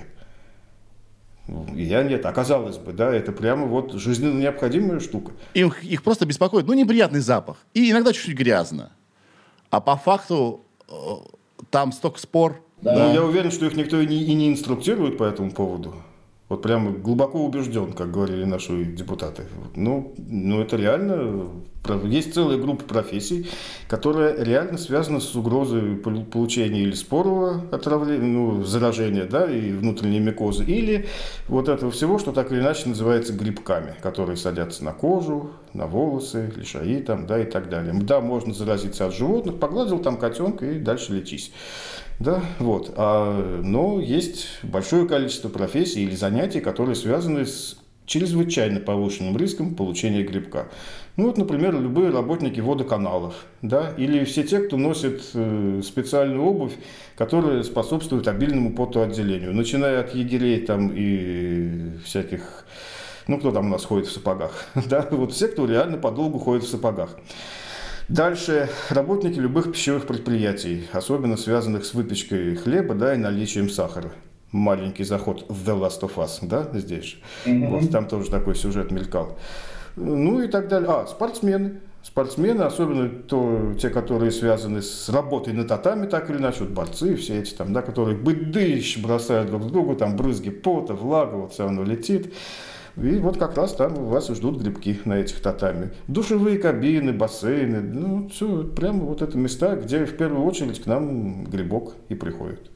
Я нет. Оказалось бы, да, это прямо вот жизненно необходимая штука. Их, их просто беспокоит, ну, неприятный запах. И иногда чуть-чуть грязно. А по факту там столько спор. Да. Ну, я уверен, что их никто и не, и не инструктирует по этому поводу. Вот прямо глубоко убежден, как говорили наши депутаты. Ну, ну, это реально... Есть целая группа профессий, которая реально связана с угрозой получения или спорового отравления, ну, заражения, да, и внутренней микозы, или вот этого всего, что так или иначе называется грибками, которые садятся на кожу, на волосы, лишаи там, да, и так далее. Да, можно заразиться от животных, погладил там котенка и дальше лечись. Да, вот. А, но есть большое количество профессий или занятий, которые связаны с чрезвычайно повышенным риском получения грибка. Ну вот, например, любые работники водоканалов, да, или все те, кто носит э, специальную обувь, которая способствует обильному потоотделению, начиная от егерей там и всяких, ну кто там у нас ходит в сапогах, да, вот все, кто реально подолгу ходит в сапогах. Дальше работники любых пищевых предприятий, особенно связанных с выпечкой хлеба, да, и наличием сахара. Маленький заход в The Last of Us, да, здесь же. Mm-hmm. Вот, там тоже такой сюжет мелькал. Ну и так далее. А, спортсмены. Спортсмены, особенно то, те, которые связаны с работой на татами, так или иначе, вот борцы, все эти там, да, которые быдыщ бросают друг другу, там брызги пота, влага, вот все оно летит. И вот как раз там вас ждут грибки на этих татами. Душевые кабины, бассейны, ну, все, прямо вот это места, где в первую очередь к нам грибок и приходит.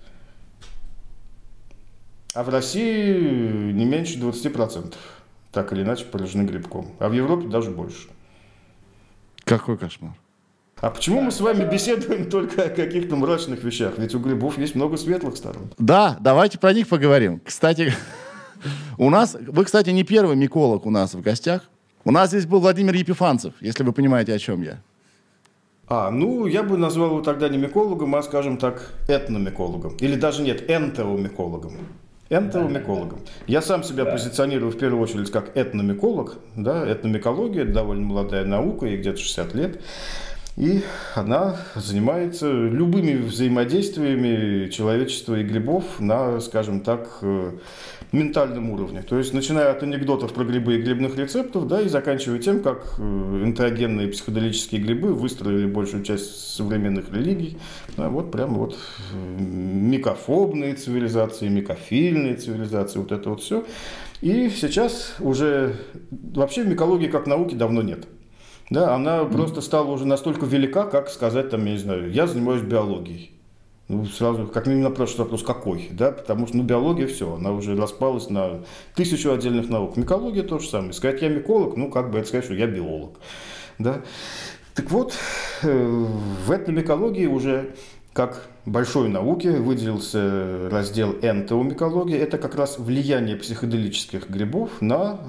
А в России не меньше двадцать процентов, так или иначе, поражены грибком. А в Европе даже больше. Какой кошмар. А почему мы с вами беседуем только о каких-то мрачных вещах? Ведь у грибов есть много светлых сторон. Да, давайте про них поговорим. Кстати... У нас, вы, кстати, не первый миколог у нас в гостях. У нас здесь был Владимир Епифанцев, если вы понимаете, о чем я. А, ну, я бы назвал его тогда не микологом, а, скажем так, этномикологом. Или даже нет, энтеомикологом. Энтеомикологом. Я сам себя позиционирую в первую очередь как этномиколог. Да, этномикология – это довольно молодая наука, ей где-то шестьдесят лет. И она занимается любыми взаимодействиями человечества и грибов на, скажем так, ментальном уровне. То есть, начиная от анекдотов про грибы и грибных рецептов, да, и заканчивая тем, как энтеогенные психоделические грибы выстроили большую часть современных религий. Да, вот прямо вот микофобные цивилизации, микофильные цивилизации, вот это вот все. И сейчас уже вообще микологии как науки давно нет. Да, она mm. просто стала уже настолько велика, как сказать, там, я не знаю, я занимаюсь биологией. Ну, сразу, как минимум, напрашивается вопрос, какой, да, потому что, ну, биология, все, она уже распалась на тысячу отдельных наук. Микология то же самое. Сказать, я миколог, ну, как бы это сказать, что я биолог, да. Так вот, в этой микологии уже как большой науке выделился раздел энтомикология. Это как раз влияние психоделических грибов на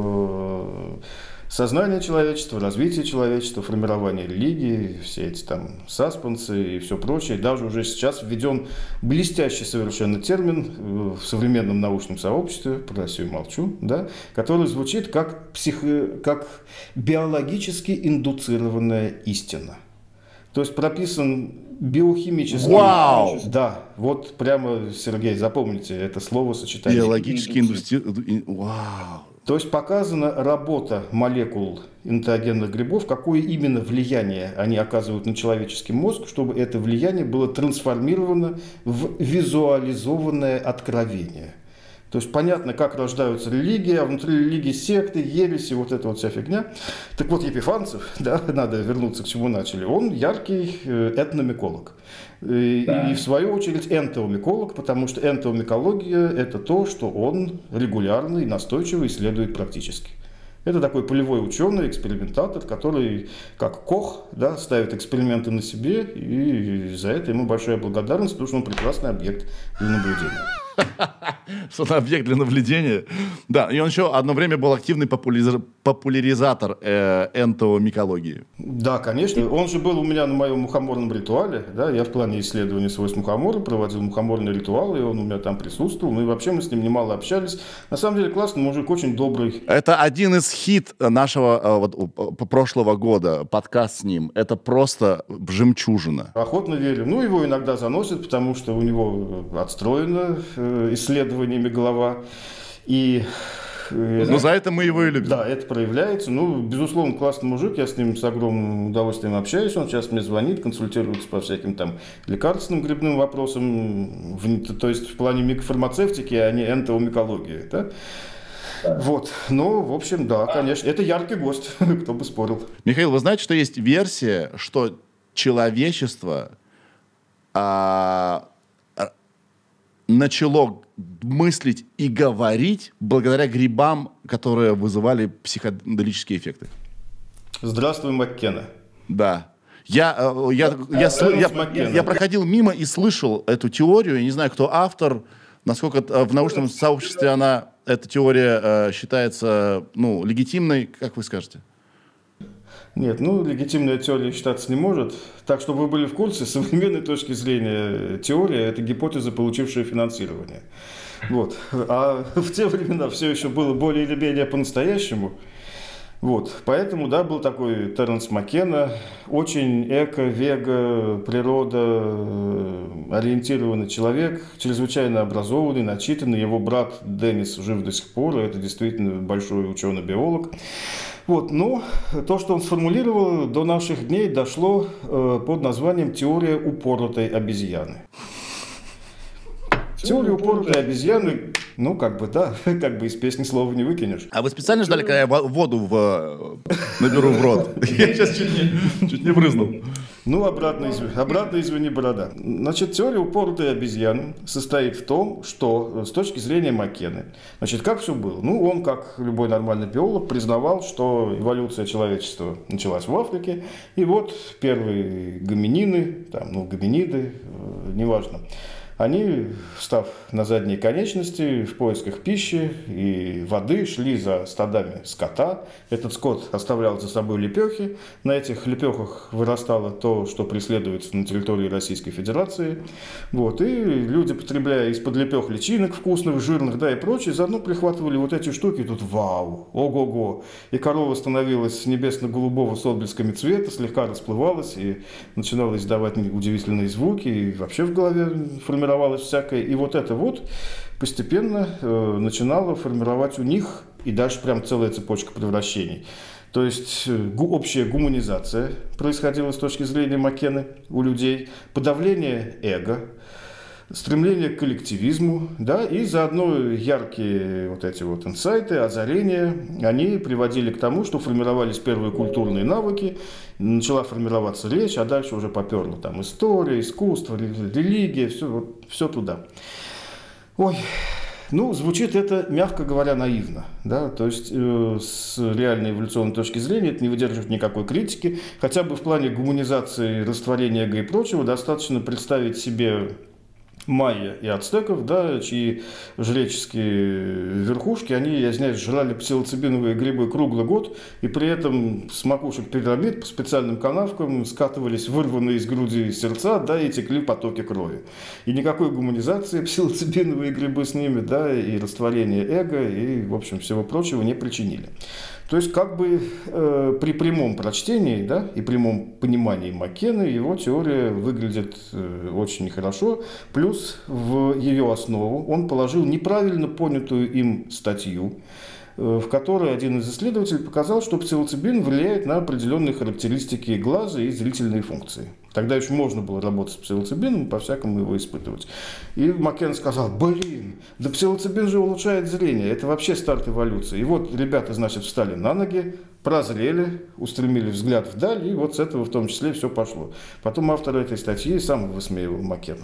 э, сознание человечества, развитие человечества, формирование религии, все эти там саспенсы и все прочее. Даже уже сейчас введен блестящий совершенно термин в современном научном сообществе, про Россию молчу, да, который звучит как, психо, как биологически индуцированная истина. То есть прописан биохимический... Вау! Да, вот прямо, Сергей, запомните это словосочетание. Биологический индуцированный... Вау! То есть показана работа молекул энтеогенных грибов, какое именно влияние они оказывают на человеческий мозг, чтобы это влияние было трансформировано в визуализованное откровение. То есть понятно, как рождаются религии, а внутри религии секты, ереси, вот эта вот вся фигня. Так вот, Епифанцев, да, надо вернуться к чему начали, он яркий этномиколог. И, да. и в свою очередь энтомиколог, потому что энтомикология – это то, что он регулярно и настойчиво исследует практически. Это такой полевой ученый, экспериментатор, который, как Кох, да, ставит эксперименты на себе, и за это ему большая благодарность, потому что он прекрасный объект для наблюдения. Что он объект для наблюдения. Да, и он еще одно время был активный популяризатор, популяризатор э, энтомикологии. Да, конечно. Он же был у меня на моем мухоморном ритуале. Да, я в плане исследования свойств мухомора проводил мухоморный ритуал, и он у меня там присутствовал. Ну и вообще мы с ним немало общались. На самом деле классный мужик, очень добрый. Это один из хит нашего вот, прошлого года, подкаст с ним. Это просто жемчужина. Охотно верю. Ну, его иногда заносят, потому что у него отстроено исследованиями голова. И, ну, за это мы его и любим. Да, это проявляется. Ну, безусловно, классный мужик, я с ним с огромным удовольствием общаюсь. Он сейчас мне звонит, консультируется по всяким там лекарственным грибным вопросам, в, то есть в плане микрофармацевтики, а не энтомикологии. Да? Вот, ну, в общем, да, конечно, это яркий гость, кто бы спорил. Михаил, вы знаете, что есть версия, что человечество а, начало мыслить и говорить благодаря грибам, которые вызывали психоделические эффекты? Здравствуй, Маккена. Да. Я, я, я, я, я, я проходил мимо и слышал эту теорию, я не знаю, кто автор, насколько в научном сообществе она... Эта теория э, считается, ну, легитимной, как вы скажете? Нет, ну, легитимная теория считаться не может. Так, чтобы вы были в курсе, с современной точки зрения теория – это гипотеза, получившая финансирование. Вот. А в те времена все еще было более или менее по-настоящему. Вот. Поэтому, да, был такой Теренс Маккена, очень эко, вега, природа ориентированный человек, чрезвычайно образованный, начитанный. Его брат Деннис жив до сих пор, это действительно большой ученый-биолог. Вот. Но то, что он сформулировал, до наших дней дошло э, под названием «Теория упоротой обезьяны». Теория упоротой обезьяны, ну, как бы, да, как бы из песни слова не выкинешь. А вы специально ждали, когда я воду в, наберу в рот? Я сейчас чуть не, чуть не брызнул. Ну, обратно, извини, обратно, извини, борода. Значит, теория упоротой обезьяны состоит в том, что с точки зрения Маккены, значит, как все было? Ну, он, как любой нормальный биолог, признавал, что эволюция человечества началась в Африке, и вот первые гоминины, там, ну, гоминиды, э, неважно, они, встав на задние конечности, в поисках пищи и воды, шли за стадами скота. Этот скот оставлял за собой лепехи. На этих лепехах вырастало то, что преследуется на территории Российской Федерации. Вот. И люди, потребляя из-под лепех личинок вкусных, жирных, да, и прочее, заодно прихватывали вот эти штуки. И тут вау, ого-го. И корова становилась небесно-голубого с отблесками цвета, слегка расплывалась и начинала издавать удивительные звуки. И вообще в голове формировалась всякое. И вот это вот постепенно э, начинало формировать у них, и дальше прям целая цепочка превращений. То есть э, гу, общая гуманизация происходила с точки зрения Маккены у людей, подавление эго, стремление к коллективизму, да, и заодно яркие вот эти вот инсайты, озарения, они приводили к тому, что формировались первые культурные навыки, начала формироваться речь, а дальше уже поперло там история, искусство, религия, все, вот, все туда. Ой, ну, звучит это, мягко говоря, наивно, да, то есть э, с реальной эволюционной точки зрения это не выдерживает никакой критики, хотя бы в плане гуманизации, растворения эго и прочего достаточно представить себе майя и ацтеков, да, чьи жреческие верхушки, они, я знаю, жрали псилоцибиновые грибы круглый год, и при этом с макушек пирамид по специальным канавкам скатывались вырванные из груди сердца, да, и текли потоки крови. И никакой гуманизации псилоцибиновые грибы с ними, да, и растворения эго, и, в общем, всего прочего не причинили. То есть, как бы э, при прямом прочтении, да, и прямом понимании Маккены его теория выглядит э, очень нехорошо. Плюс в ее основу он положил неправильно понятую им статью, э, в которой один из исследователей показал, что псилоцибин влияет на определенные характеристики глаза и зрительные функции. Тогда еще можно было работать с псилоцибином, по-всякому его испытывать. И Маккен сказал: блин, да псилоцибин же улучшает зрение, это вообще старт эволюции. И вот ребята, значит, встали на ноги, прозрели, устремили взгляд вдаль, и вот с этого в том числе все пошло. Потом автор этой статьи сам высмеивал Маккена.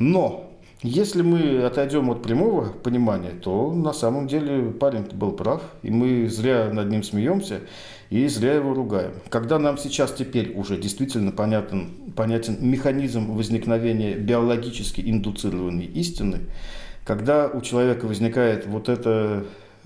Но если мы отойдем от прямого понимания, то на самом деле парень был прав, и мы зря над ним смеемся, и зря его ругаем. Когда нам сейчас теперь уже действительно понятен, понятен механизм возникновения биологически индуцированной истины, когда у человека возникает вот это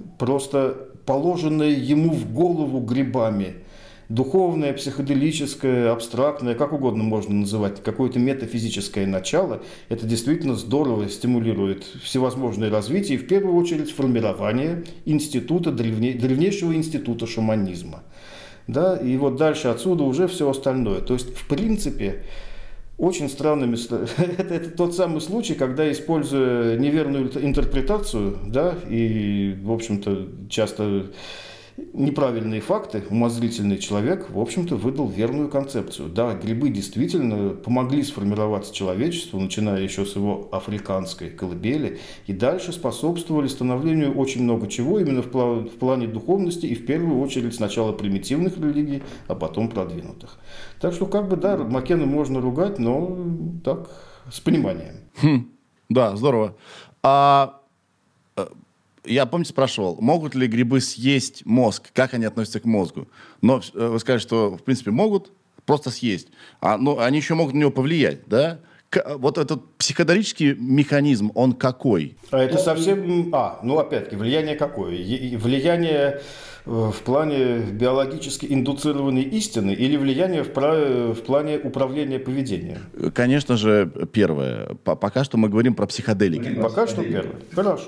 просто положенное ему в голову грибами духовное, психоделическое, абстрактное, как угодно можно называть, какое-то метафизическое начало, это действительно здорово стимулирует всевозможное развитие, и в первую очередь формирование института, древне, древнейшего института шаманизма. Да, и вот дальше отсюда уже все остальное. То есть, в принципе, очень странными... это, это тот самый случай, когда, используя неверную интерпретацию, да, и, в общем-то, часто неправильные факты, умозрительный человек, в общем-то, выдал верную концепцию. Да, грибы действительно помогли сформироваться человечеству, начиная еще с его африканской колыбели, и дальше способствовали становлению очень много чего, именно в, пла- в плане духовности, и в первую очередь сначала примитивных религий, а потом продвинутых. Так что, как бы, да, Маккену можно ругать, но так, с пониманием. Хм, да, здорово. А... Я, помните, спрашивал, могут ли грибы съесть мозг, как они относятся к мозгу. Но вы сказали, что, в принципе, могут просто съесть. А, но они еще могут на него повлиять, да? К, вот этот психоделический механизм, он какой? А это совсем... А, ну, опять-таки, влияние какое? Влияние в плане биологически индуцированной истины или влияние в, в плане управления поведением? Конечно же, первое. Пока что мы говорим про психоделики. Пока что первое. Хорошо.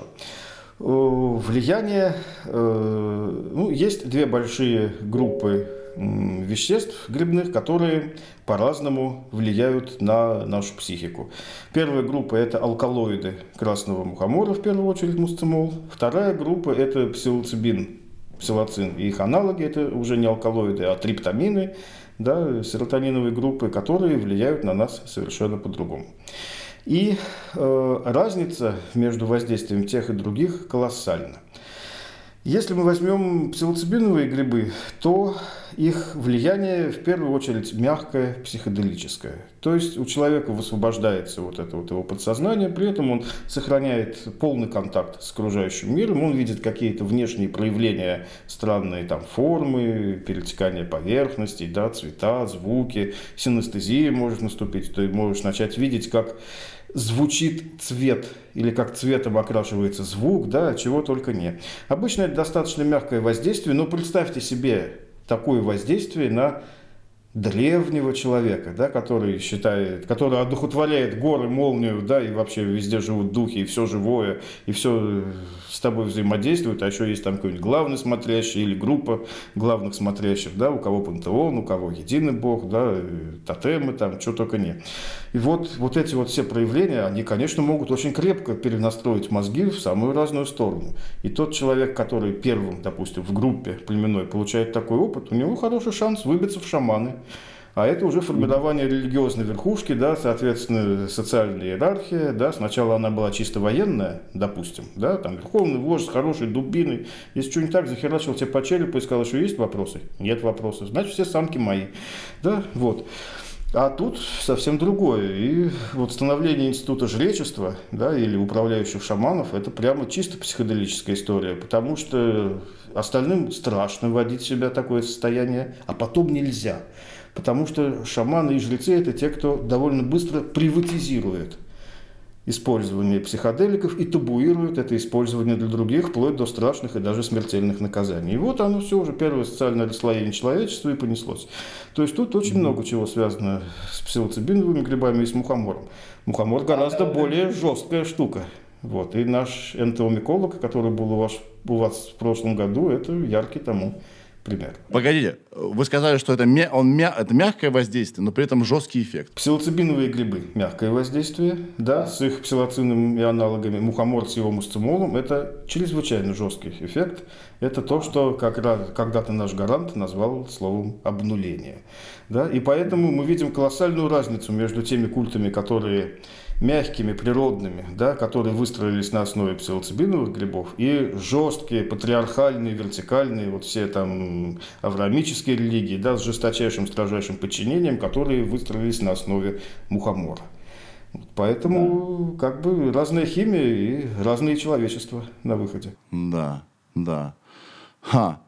Влияние, ну, есть две большие группы веществ грибных, которые по-разному влияют на нашу психику. Первая группа – это алкалоиды красного мухомора, в первую очередь мусцимол. Вторая группа – это псилоцибин, псилоцин и их аналоги, это уже не алкалоиды, а триптамины, да, серотониновые группы, которые влияют на нас совершенно по-другому. И э, разница между воздействием тех и других колоссальна. Если мы возьмем псилоцибиновые грибы, то их влияние в первую очередь мягкое, психоделическое. То есть у человека высвобождается вот это вот его подсознание, при этом он сохраняет полный контакт с окружающим миром, он видит какие-то внешние проявления, странные там формы, перетекание поверхностей, да, цвета, звуки, синестезия может наступить, ты можешь начать видеть, как звучит цвет или как цветом окрашивается звук, да, чего только нет. Обычно это достаточно мягкое воздействие, но представьте себе такое воздействие на древнего человека, да, который считает, который одухотворяет горы, молнию, да, и вообще везде живут духи, и все живое, и все с тобой взаимодействует, а еще есть там какой-нибудь главный смотрящий или группа главных смотрящих, да, у кого пантеон, у кого единый бог, да, тотемы там, что только нет. И вот, вот эти вот все проявления, они, конечно, могут очень крепко перенастроить мозги в самую разную сторону. И тот человек, который первым, допустим, в группе племенной получает такой опыт, у него хороший шанс выбиться в шаманы. А это уже формирование религиозной верхушки, да, соответственно, социальная иерархия, да, сначала она была чисто военная, допустим, да, там верховный вождь с хорошей дубиной, если что не так, захерачил тебе по черепу и сказал, что есть вопросы? Нет вопросов, значит, все самки мои, да, вот. А тут совсем другое. И вот становление института жречества, да, или управляющих шаманов, это прямо чисто психоделическая история, потому что остальным страшно вводить в себя такое состояние, а потом нельзя. Потому что шаманы и жрецы – это те, кто довольно быстро приватизирует использование психоделиков и табуирует это использование для других, вплоть до страшных и даже смертельных наказаний. И вот оно все уже, первое социальное расслоение человечества и понеслось. То есть тут очень много чего связано с псилоцибиновыми грибами и с мухомором. Мухомор гораздо более жесткая штука. Вот. И наш энтомиколог, который был у вас, у вас в прошлом году, это яркий тому пример. Погодите, вы сказали, что это, мя- он мя- это мягкое воздействие, но при этом жесткий эффект. Псилоцибиновые грибы – мягкое воздействие, да, с их псилоцином и аналогами. Мухомор с его мусцимолом – это чрезвычайно жесткий эффект. Это то, что как раз когда-то наш гарант назвал словом «обнуление». Да? И поэтому мы видим колоссальную разницу между теми культами, которые мягкими, природными, да, которые выстроились на основе псилоцибиновых грибов, и жесткие, патриархальные, вертикальные, вот все там авраамические религии, да, с жесточайшим, строжайшим подчинением, которые выстроились на основе мухомора. Поэтому да. Как бы разная химия и разные человечества на выходе. Да, да. Ха.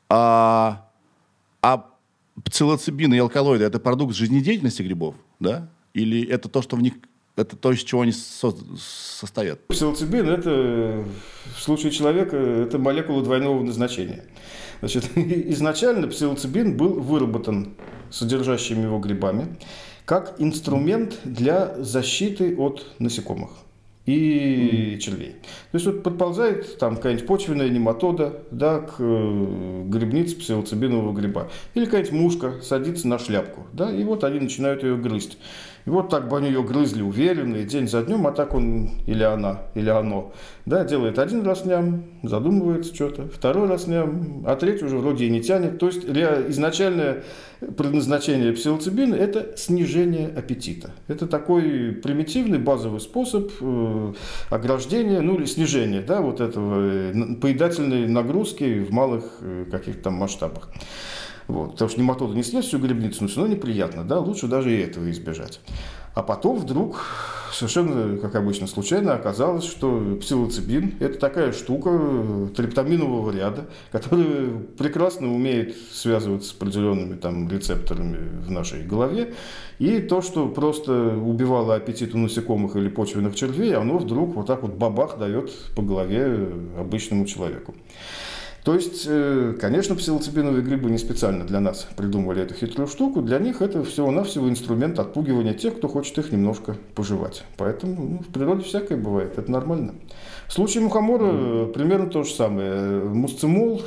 А, а псилоцибины и алкалоиды – это продукт жизнедеятельности грибов, да? Или это то, что в них... Это то, из чего они со- состоят? Псилоцибин – это, в случае человека, это молекула двойного назначения. Значит, изначально псилоцибин был выработан содержащими его грибами как инструмент для защиты от насекомых и mm. червей. То есть вот подползает там какая-нибудь почвенная нематода, да, к э, грибнице псилоцибинового гриба. Или какая-нибудь мушка садится на шляпку, да, и вот они начинают ее грызть. И вот так бы они ее грызли уверенно, и день за днем, а так он или она, или оно, да, делает один раз ням, задумывается что-то, второй раз ням, а третий уже вроде и не тянет. То есть изначальное предназначение псилоцибина – это снижение аппетита. Это такой примитивный базовый способ э, ограждения, ну или снижения, да, вот этого поедательной нагрузки в малых э, каких-то там масштабах. Вот, потому что нематода не съест всю грибницу, но все равно неприятно, да, лучше даже и этого избежать. А потом вдруг, совершенно, как обычно, случайно оказалось, что псилоцибин – это такая штука триптаминового ряда, которая прекрасно умеет связываться с определенными там рецепторами в нашей голове. И то, что просто убивало аппетит у насекомых или почвенных червей, оно вдруг вот так вот бабах дает по голове обычному человеку. То есть, конечно, псилоцибиновые грибы не специально для нас придумали эту хитрую штуку. Для них это всего-навсего инструмент отпугивания тех, кто хочет их немножко пожевать. Поэтому ну, в природе всякое бывает, это нормально. В случае мухомора примерно то же самое. Мусцимол,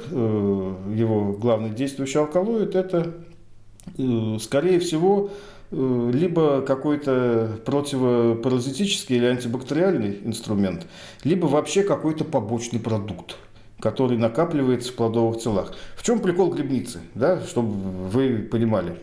его главный действующий алкалоид, это, скорее всего, либо какой-то противопаразитический или антибактериальный инструмент, либо вообще какой-то побочный продукт, который накапливается в плодовых телах. В чем прикол грибницы, да, чтобы вы понимали?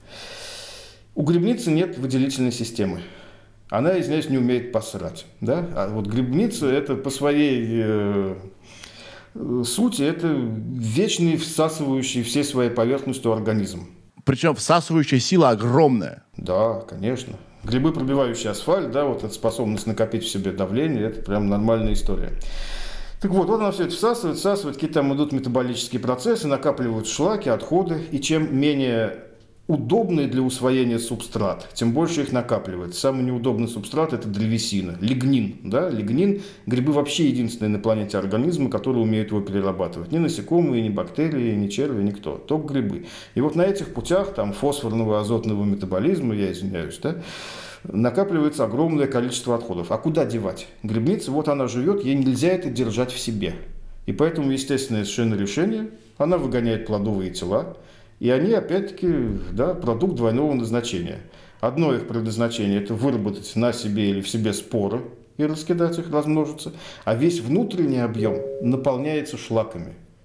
У грибницы нет выделительной системы. Она, извиняюсь, не умеет посрать. Да? А вот грибница – это по своей э, сути, это вечный всасывающий всей своей поверхностью организм. Причем всасывающая сила огромная. Да, конечно. Грибы, пробивающие асфальт, да, вот эта способность накопить в себе давление – это прям нормальная история. Так вот, вот она все это всасывает, всасывает, какие-то там идут метаболические процессы, накапливают шлаки, отходы, и чем менее удобный для усвоения субстрат, тем больше их накапливается. Самый неудобный субстрат – это древесина, лигнин. Да? Лигнин – грибы вообще единственные на планете организмы, которые умеют его перерабатывать. Ни насекомые, ни бактерии, ни черви, никто, только грибы. И вот на этих путях там, фосфорного, азотного метаболизма, я извиняюсь, да, накапливается огромное количество отходов. А куда девать? Грибница, вот она живет, ей нельзя это держать в себе. И поэтому естественное совершенно решение, она выгоняет плодовые тела, и они, опять-таки, да, продукт двойного назначения. Одно их предназначение – это выработать на себе или в себе споры и раскидать их, размножиться, а весь внутренний объем наполняется шлаками.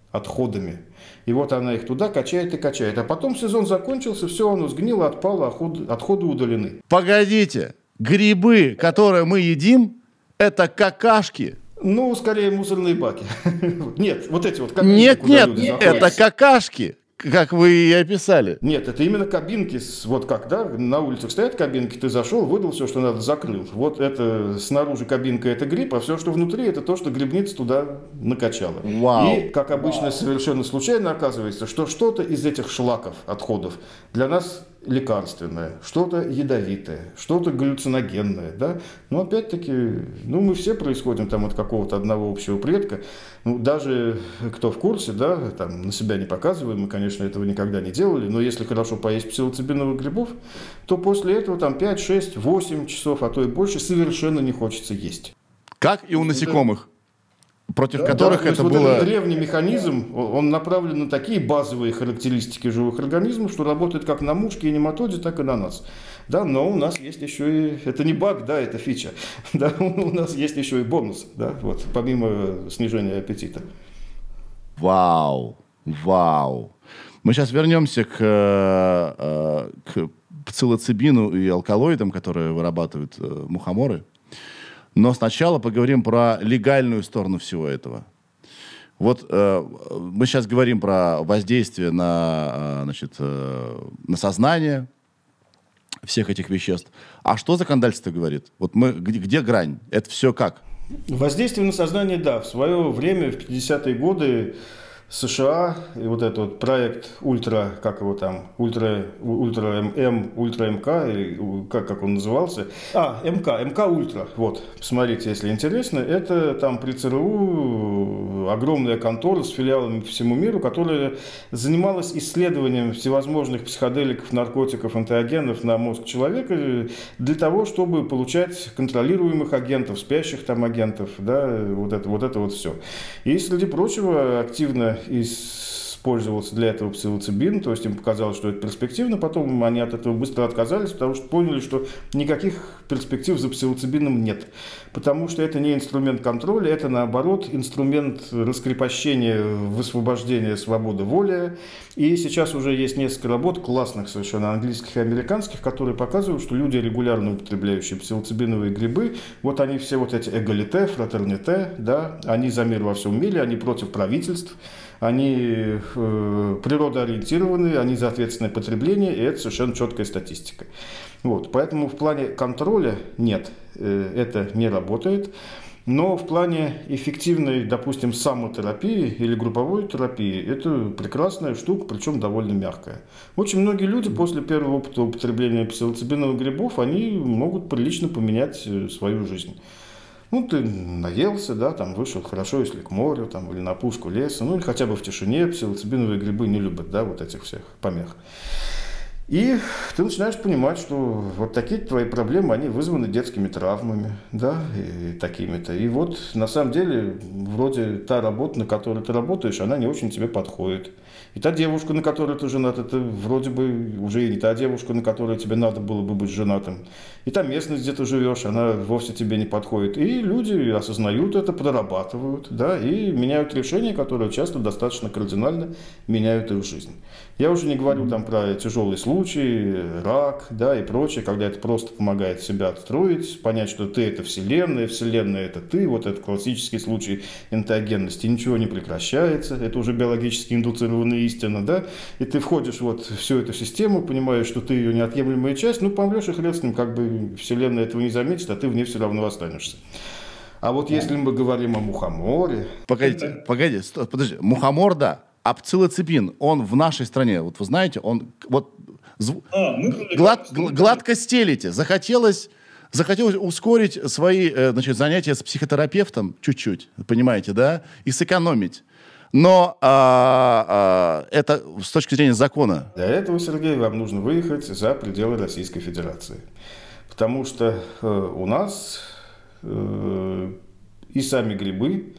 отходами. И вот она их туда качает и качает. А потом сезон закончился, все, оно сгнило, отпало, отходы, отходы удалены. Погодите, грибы, которые мы едим, это какашки. Ну, скорее мусорные баки. Нет, вот эти вот кабинки, Нет, куда нет, люди нет, заходят. это какашки, как вы и описали. Нет, это именно кабинки, с- вот как, да, на улицах стоят кабинки, ты зашел, выдал все, что надо, закрыл. Вот это снаружи кабинка – это гриб, а все, что внутри – это то, что грибница туда накачала. Вау. И, как обычно, совершенно случайно оказывается, что что-то из этих шлаков, отходов для нас лекарственное, что-то ядовитое, что-то галлюциногенное, да. Но опять-таки, ну, мы все происходим там от какого-то одного общего предка. Ну, даже кто в курсе, да, там на себя не показываем, мы, конечно, этого никогда не делали, но если хорошо поесть псилоцибиновых грибов, то после этого там пять, шесть, восемь часов, а то и больше совершенно не хочется есть. Как и у насекомых, против Да, которых Да, то есть это вот было... этот древний механизм, о- он направлен на такие базовые характеристики живых организмов, что работает как на мушке и нематоде, так и на нас. Да, но у нас есть еще и... Это не баг, да, это фича. Да, у нас есть еще и бонус, да, вот, помимо снижения аппетита. Вау, вау. Мы сейчас вернемся к, э, э, к пцилоцибину и алкалоидам, которые вырабатывают э, мухоморы. Но сначала поговорим про легальную сторону всего этого. Вот э, мы сейчас говорим про воздействие на, э, значит, э, на сознание всех этих веществ. А что законодательство говорит? Вот мы, где, где грань? Это все как? Воздействие на сознание, да. В свое время, в пятидесятые годы, США, и вот этот вот проект Ультра, как его там, Ультра, Ультра ММ, Ультра МК, или у- как, как он назывался? А, МК, МК Ультра, вот, посмотрите, если интересно. Это там при ЦРУ огромная контора с филиалами по всему миру, которая занималась исследованием всевозможных психоделиков, наркотиков, антиогенов на мозг человека для того, чтобы получать контролируемых агентов, спящих там агентов, да, вот это вот, это вот все. И, среди прочего, активно использовался для этого псилоцибин, то есть им показалось, что это перспективно, потом они от этого быстро отказались, потому что поняли, что никаких перспектив за псилоцибином нет, потому что это не инструмент контроля, это наоборот инструмент раскрепощения, высвобождения свободы воли. И сейчас уже есть несколько работ, классных совершенно, английских и американских, которые показывают, что люди, регулярно употребляющие псилоцибиновые грибы, вот они все вот эти эгалите, фратерните, да, они за мир во всем мире, они против правительств, они э, природоориентированы, они за ответственное потребление, и это совершенно четкая статистика. Вот, поэтому в плане контроля нет, э, это не работает. Но в плане эффективной, допустим, самотерапии или групповой терапии, это прекрасная штука, причем довольно мягкая. Очень многие люди после первого опыта употребления псилоцибиновых грибов, они могут прилично поменять э, свою жизнь. Ну, ты наелся, да, там вышел хорошо, если к морю, там, или на опушку леса, ну, или хотя бы в тишине. Псилоцибиновые грибы не любят, да, вот этих всех помех. И ты начинаешь понимать, что вот такие твои проблемы, они вызваны детскими травмами, да, и такими-то. И вот, на самом деле, вроде та работа, на которой ты работаешь, она не очень тебе подходит. И та девушка, на которой ты женат, это вроде бы уже и не та девушка, на которой тебе надо было бы быть женатым. И та местность, где ты живешь, она вовсе тебе не подходит. И люди осознают это, прорабатывают, да, и меняют решения, которые часто достаточно кардинально меняют их жизнь. Я уже не говорю там про тяжелые случаи, рак, да, и прочее, когда это просто помогает себя отстроить, понять, что ты – это Вселенная, Вселенная – это ты, вот этот классический случай энтеогенности, ничего не прекращается, это уже биологически индуцированная истина, да, и ты входишь вот в всю эту систему, понимаешь, что ты ее неотъемлемая часть, ну, помрешь и хрен с ним, как бы Вселенная этого не заметит, а ты в ней все равно останешься. А вот если мы говорим о мухоморе… Погодите, погоди, стой, подожди. Мухомор, да. А пцилоцибин, он в нашей стране, вот вы знаете, он вот зв- А, мы глад- гл- гладко стелите. Захотелось, захотелось ускорить свои э, значит, занятия с психотерапевтом чуть-чуть, понимаете, да, и сэкономить. Но а, а, это с точки зрения закона. Для этого, Сергей, вам нужно выехать за пределы Российской Федерации. Потому что э, у нас э, и сами грибы,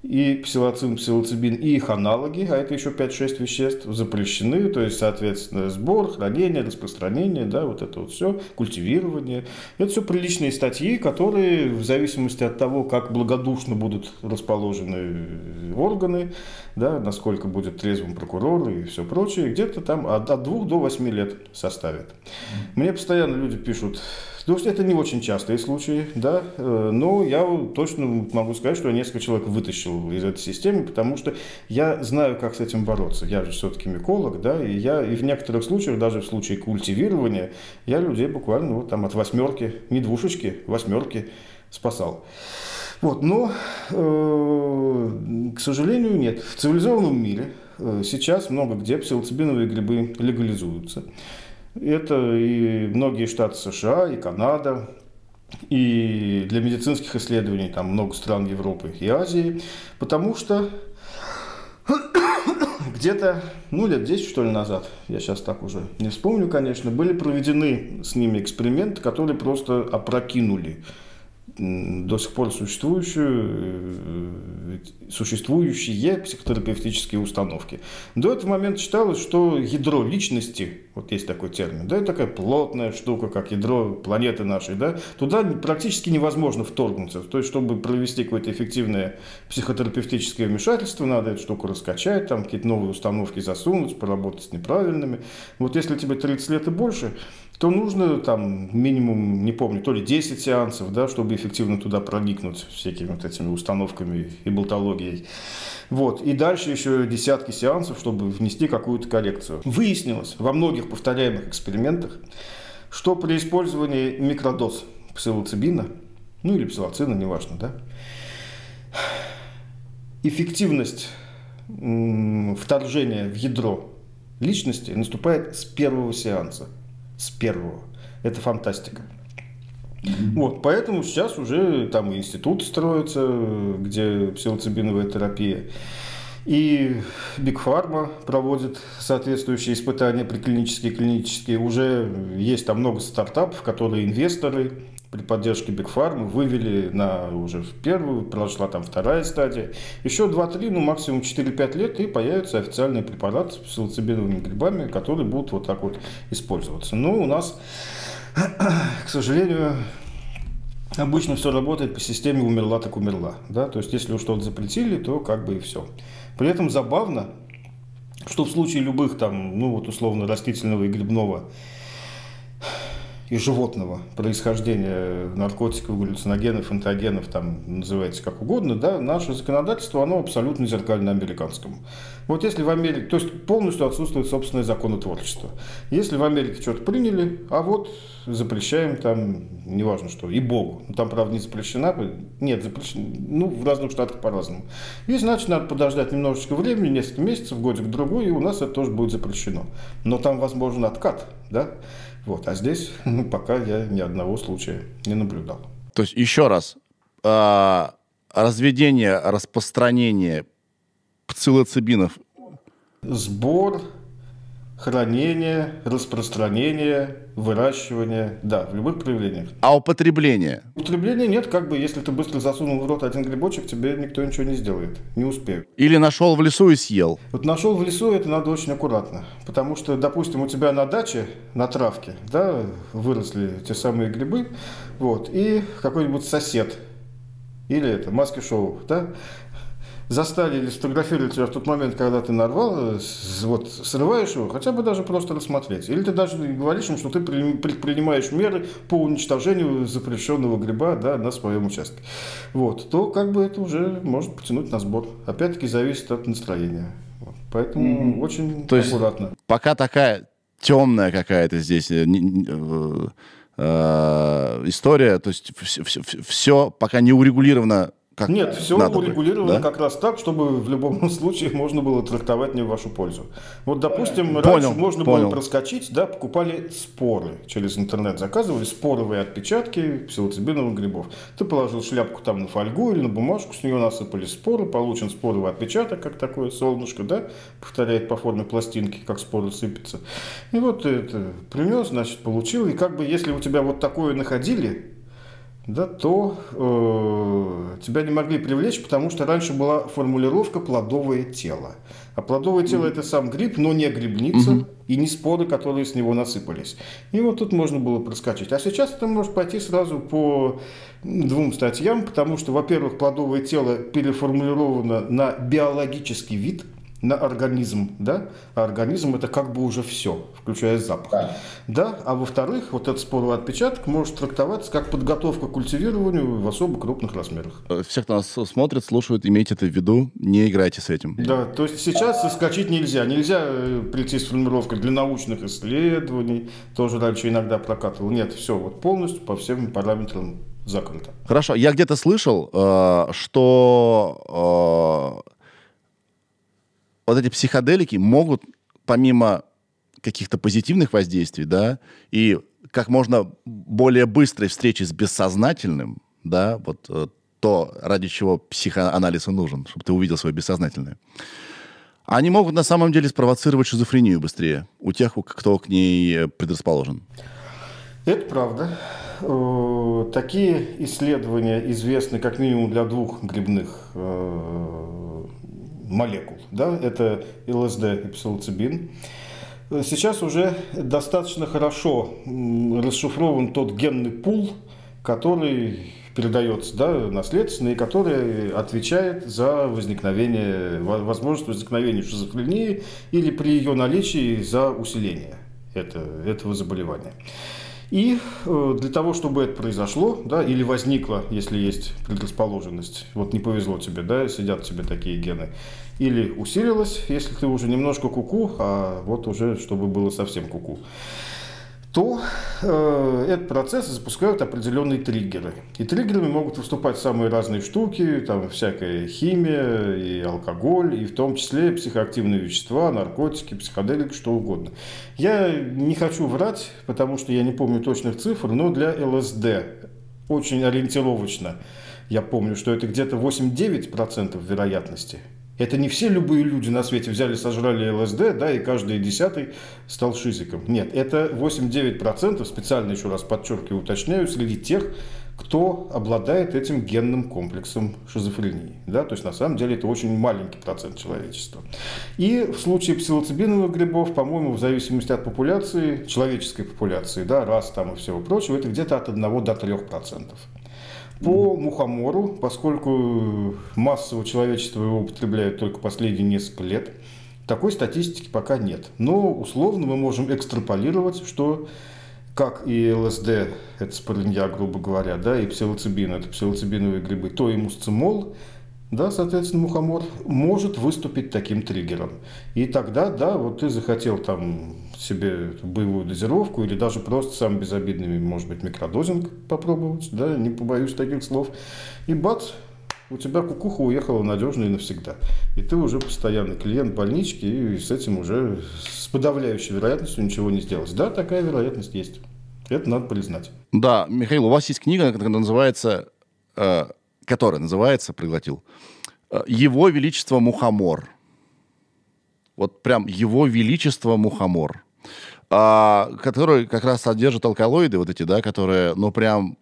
и псилоцин, псилоцибин, и их аналоги, а это еще пять-шесть веществ, запрещены, то есть, соответственно, сбор, хранение, распространение, да, вот это вот все, культивирование. Это все приличные статьи, которые в зависимости от того, как благодушно будут расположены органы, да, насколько будет трезвым прокурор и все прочее, где-то там от, от двух до восьми лет составят. Мне постоянно люди пишут, то есть это не очень частые случаи, да, но я точно могу сказать, что я несколько человек вытащил из этой системы, потому что я знаю, как с этим бороться. Я же все-таки миколог, да, и я и в некоторых случаях, даже в случае культивирования, я людей буквально ну, там, от восьмерки, не двушечки, восьмерки спасал. Вот, но, э, к сожалению, нет. В цивилизованном мире э, сейчас много где псилоцибиновые грибы легализуются. Это и многие штаты США, и Канада, и для медицинских исследований там много стран Европы и Азии, потому что где-то, ну, лет десять, что ли, назад, я сейчас так уже не вспомню, конечно, были проведены с ними эксперименты, которые просто опрокинули до сих пор существующую, существующие психотерапевтические установки. До этого момента считалось, что ядро личности, вот есть такой термин, да, это такая плотная штука, как ядро планеты нашей, да, туда практически невозможно вторгнуться. То есть, чтобы провести какое-то эффективное психотерапевтическое вмешательство, надо эту штуку раскачать, там какие-то новые установки засунуть, поработать с неправильными. Вот если тебе тридцать лет и больше, то нужно там минимум, не помню, то ли десять сеансов, да, чтобы эффективно туда проникнуть всякими вот этими установками и болтологией. Вот. И дальше еще десятки сеансов, чтобы внести какую-то коррекцию. Выяснилось во многих повторяемых экспериментах, что при использовании микродоз псилоцибина, ну или псилоцина, неважно, да, эффективность м- вторжения в ядро личности наступает с первого сеанса. С первого. Это фантастика. Mm-hmm. Вот, поэтому сейчас уже там и институты строятся, где псилоцибиновая терапия. И Big Pharma проводит соответствующие испытания преклинические, клинические. Уже есть там много стартапов, которые инвесторы при поддержке Big Pharma вывели на уже в первую, прошла там вторая стадия. Еще два-три, ну максимум четыре-пять лет, и появится официальный препарат с псилоцибиновыми грибами, которые будут вот так вот использоваться. Но у нас, к сожалению, обычно все работает по системе умерла так умерла. Да? То есть, если уж что-то запретили, то как бы и все. При этом забавно, что в случае любых там, ну вот условно растительного и грибного и животного происхождения наркотиков, галлюциногенов, энтогенов, там называется как угодно, да, наше законодательство, оно абсолютно зеркально американскому. Вот если в Америке, то есть полностью отсутствует собственное законотворчество. Если в Америке что-то приняли, а вот запрещаем там, неважно что, и Богу. Там, правда, не запрещена, нет, запрещена, ну, в разных штатах по-разному. И, значит, надо подождать немножечко времени, несколько месяцев, годик-другой, и у нас это тоже будет запрещено. Но там возможен откат, да. Вот, а здесь ну, пока я ни одного случая не наблюдал. То есть, еще раз, э, разведение, распространение псилоцибинов. Сбор, хранение, распространение, выращивание, да, в любых проявлениях. А употребление? Употребления нет, как бы, если ты быстро засунул в рот один грибочек, тебе никто ничего не сделает, не успеют. Или нашел в лесу и съел? Вот нашел в лесу, это надо очень аккуратно, потому что, допустим, у тебя на даче, на травке, да, выросли те самые грибы, вот, и какой-нибудь сосед, или это, маски-шоу, да, застали или сфотографировали тебя в тот момент, когда ты нарвал, вот, срываешь его, хотя бы даже просто рассмотреть. Или ты даже говоришь им, что ты предпринимаешь меры по уничтожению запрещенного гриба, да, на своем участке. Вот, то как бы это уже может потянуть на сбор. Опять-таки зависит от настроения. Вот. Поэтому mm-hmm. очень то аккуратно. Есть, пока такая темная какая-то здесь э, э, э, история, то есть все, все, все пока не урегулировано. Как Нет, все урегулировано, да? Как раз так, чтобы в любом случае можно было трактовать не в вашу пользу. Вот, допустим, понял, раньше можно понял. было проскочить, да, покупали споры через интернет, заказывали споровые отпечатки псилоцибиновых грибов. Ты положил шляпку там на фольгу или на бумажку, с нее насыпали споры, получен споровый отпечаток, как такое солнышко, да, повторяет по форме пластинки, как споры сыпятся. И вот ты это принес, значит, получил, и как бы если у тебя вот такое находили, да, то э, тебя не могли привлечь, потому что раньше была формулировка «плодовое тело». А плодовое тело – это сам гриб, но не грибница Мгм. и не споры, которые с него насыпались. И вот тут можно было проскочить. А сейчас ты можешь пойти сразу по двум статьям, потому что, во-первых, плодовое тело переформулировано на биологический вид, на организм, да, а организм это как бы уже все, включая запах. Да. Да, а во-вторых, вот этот споровый отпечаток может трактоваться как подготовка к культивированию в особо крупных размерах. Э, Все, кто нас смотрит, слушают, имейте это в виду, не играйте с этим. Да, то есть сейчас соскочить нельзя. Нельзя э, прийти с формулировкой для научных исследований, тоже раньше иногда прокатывал. Нет, все, вот полностью по всем параметрам закрыто. Хорошо, я где-то слышал, э, что э, вот эти психоделики могут, помимо каких-то позитивных воздействий, да, и как можно более быстрой встречи с бессознательным, да, вот э, то, ради чего психоанализ и нужен, чтобы ты увидел свое бессознательное, они могут на самом деле спровоцировать шизофрению быстрее у тех, у- кто к ней предрасположен. Это правда. Э, Такие исследования известны как минимум для двух грибных э, молекул. Да? Это ЛСД и псилоцибин. Э, Сейчас уже достаточно хорошо м, расшифрован тот генный пул, который передается, да, наследственно, и который отвечает за возникновение, во- возможность возникновения шизофрении или при ее наличии за усиление это- этого заболевания. И э, для того, чтобы это произошло, да, или возникло, если есть предрасположенность, вот не повезло тебе, да, сидят тебе такие гены, или усилилось, если ты уже немножко куку, а вот уже чтобы было совсем куку, то э, этот процесс запускают определенные триггеры. И триггерами могут выступать самые разные штуки, там всякая химия, и алкоголь, и в том числе психоактивные вещества, наркотики, психоделики, что угодно. Я не хочу врать, потому что я не помню точных цифр, но для ЛСД очень ориентировочно я помню, что это где-то восемь-девять процентов вероятности. Это не все любые люди на свете взяли, сожрали ЛСД, да, и каждый десятый стал шизиком. Нет, это восемь-девять процентов, специально еще раз подчеркиваю, уточняю, среди тех, кто обладает этим генным комплексом шизофрении. Да? То есть, на самом деле, это очень маленький процент человечества. И в случае псилоцибиновых грибов, по-моему, в зависимости от популяции, человеческой популяции, да, рас там и всего прочего, это где-то от одного до трёх процентов. По мухомору, поскольку массово человечество его употребляет только последние несколько лет, такой статистики пока нет. Но условно мы можем экстраполировать, что как и ЛСД, это спорынья, грубо говоря, да, и псилоцибин, это псилоцибиновые грибы, то и мусцимол, да, соответственно, мухомор, может выступить таким триггером. И тогда, да, вот ты захотел там себе боевую дозировку или даже просто сам безобидный, может быть, микродозинг попробовать, да, не побоюсь таких слов, и бац, у тебя кукуха уехала надежно и навсегда. И ты уже постоянный клиент больнички, и с этим уже с подавляющей вероятностью ничего не сделать. Да, такая вероятность есть. Это надо признать. Да, Михаил, у вас есть книга, которая называется, э, которая называется, проглотил, э, «Его Величество Мухомор». Вот прям «Его Величество Мухомор», а, который как раз содержит алкалоиды вот эти, да, которые, ну, прям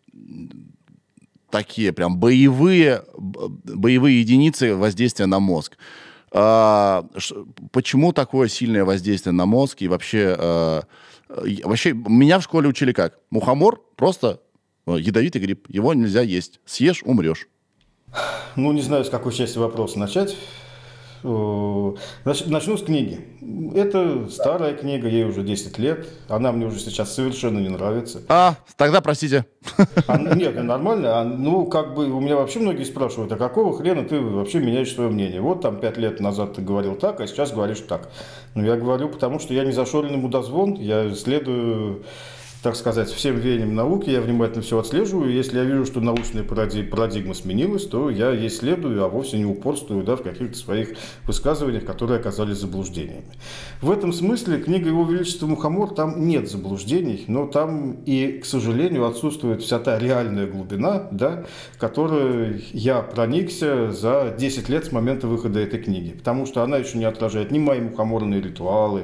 такие прям боевые, б- боевые единицы воздействия на мозг. А, ш- почему такое сильное воздействие на мозг? И вообще, а, и- вообще меня в школе учили как? Мухомор просто э, ядовитый гриб. Его нельзя есть. Съешь — умрешь. Ну, не знаю, с какой части вопроса начать. Э, нач- Начну с книги. Это старая книга, ей уже десять лет. Она мне уже сейчас совершенно не нравится. А, тогда простите. А, нет, ну, нормально. А, ну, как бы у меня вообще многие спрашивают, а какого хрена ты вообще меняешь свое мнение? Вот там пять лет назад ты говорил так, а сейчас говоришь так. Ну, я говорю, потому что я не зашоренный мудозвон, я следую, так сказать, всем веяниям науки, я внимательно все отслеживаю. Если я вижу, что научная паради- парадигма сменилась, то я ей следую, а вовсе не упорствую, да, в каких-то своих высказываниях, которые оказались заблуждениями. В этом смысле книга Его Величества Мухомор, там нет заблуждений, но там и, к сожалению, отсутствует вся та реальная глубина, да, которой я проникся за десять лет с момента выхода этой книги. Потому что она еще не отражает ни мои мухоморные ритуалы,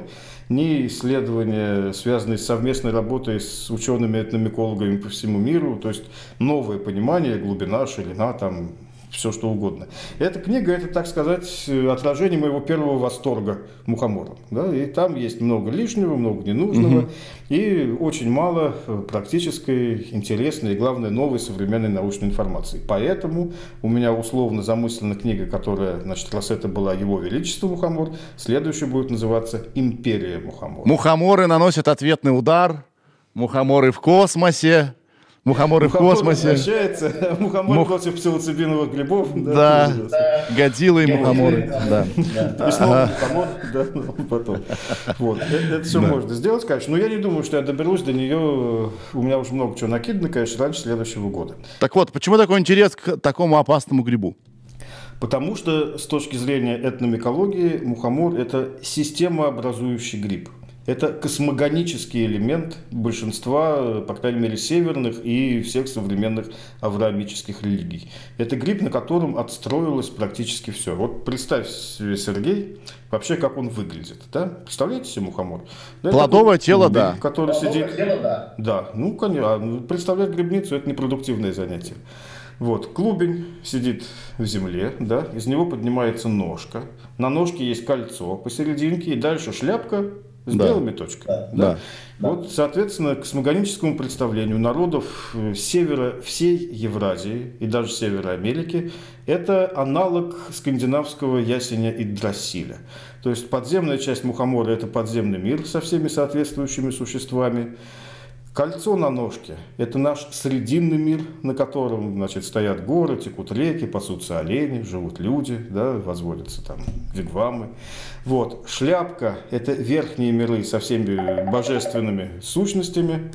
ни исследования, связанные с совместной работой с учеными-этномикологами по всему миру, то есть новое понимание, глубина, ширина, там, все что угодно. Эта книга, это, так сказать, отражение моего первого восторга мухомором. Да? И там есть много лишнего, много ненужного, угу. и очень мало практической, интересной и, главное, новой современной научной информации. Поэтому у меня условно замыслена книга, которая, значит, раз это была Его Величество Мухомор, следующая будет называться «Империя Мухомора». Мухоморы наносят ответный удар, мухоморы в космосе. Мухоморы в космосе. Возвращается. Мухомор Мух... против псилоцибиновых грибов. Да, да. Годзилла и мухоморы. Да. И снова мухомор, да, потом. Вот. Это, это все да. можно сделать, конечно. Но я не думаю, что я доберусь до нее. У меня уже много чего накидано, конечно, раньше следующего года. Так вот, почему такой интерес к такому опасному грибу? Потому что с точки зрения этномикологии мухомор – это системообразующий гриб. Это космогонический элемент большинства, по крайней мере, северных и всех современных авраамических религий. Это гриб, на котором отстроилось практически все. Вот представь себе, Сергей, вообще как он выглядит. Да? Представляете себе мухомор? Да, плодовое тело, клубень, да. Который плодовое сидит... тело, да. Да, ну, конечно. Представлять грибницу – это непродуктивное занятие. Вот, клубень сидит в земле, да, из него поднимается ножка. На ножке есть кольцо посерединке, и дальше шляпка с да. белыми точками. Да. Да. Да. Вот, соответственно, к космогоническому представлению народов севера всей Евразии и даже севера Америки это аналог скандинавского ясеня Игдрасиля. То есть подземная часть мухомора – это подземный мир со всеми соответствующими существами. Кольцо на ножке – это наш срединный мир, на котором, значит, стоят горы, текут реки, пасутся олени, живут люди, да, возводятся там вигвамы. Вот. Шляпка – это верхние миры со всеми божественными сущностями.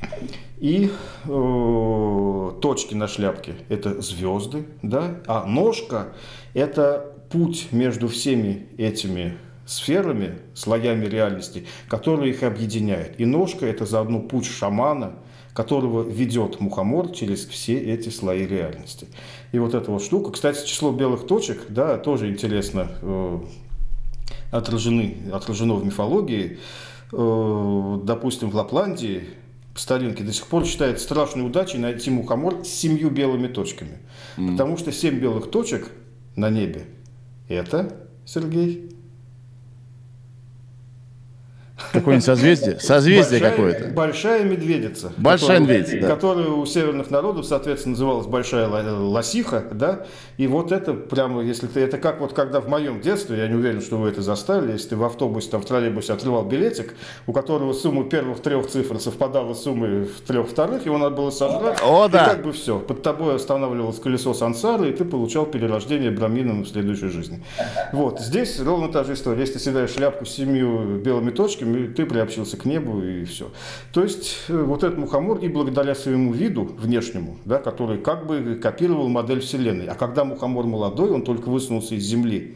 И э, точки на шляпке – это звезды, да? А ножка – это путь между всеми этими сферами, слоями реальности, которые их объединяют. И ножка – это заодно путь шамана, которого ведет мухомор через все эти слои реальности. И вот эта вот штука. Кстати, число белых точек, да, тоже интересно э, отражены, отражено в мифологии. Э, допустим, в Лапландии по старинке до сих пор считается страшной удачей найти мухомор с семью белыми точками. Mm. Потому что семь белых точек на небе – это, Сергей… Какое-нибудь созвездие? Созвездие большая, какое-то. Большая медведица. Большая которая, медведица, да. Которая у северных народов, соответственно, называлась большая лосиха, да. И вот это прямо, если ты, это как вот когда в моем детстве, я не уверен, что вы это застали, если ты в автобусе, там в троллейбусе отрывал билетик, у которого сумма первых трех цифр совпадала с суммой трех вторых, его надо было сожрать. О, и да. как бы все. Под тобой останавливалось колесо сансары, и ты получал перерождение брамином в следующей жизни. Вот. Здесь ровно та же история. Если ты съедаешь шляпку с семью белыми точками, ты приобщился к небу и все. То есть вот этот мухомор и благодаря своему виду внешнему, да, который как бы копировал модель Вселенной. А когда мухомор молодой, он только высунулся из земли.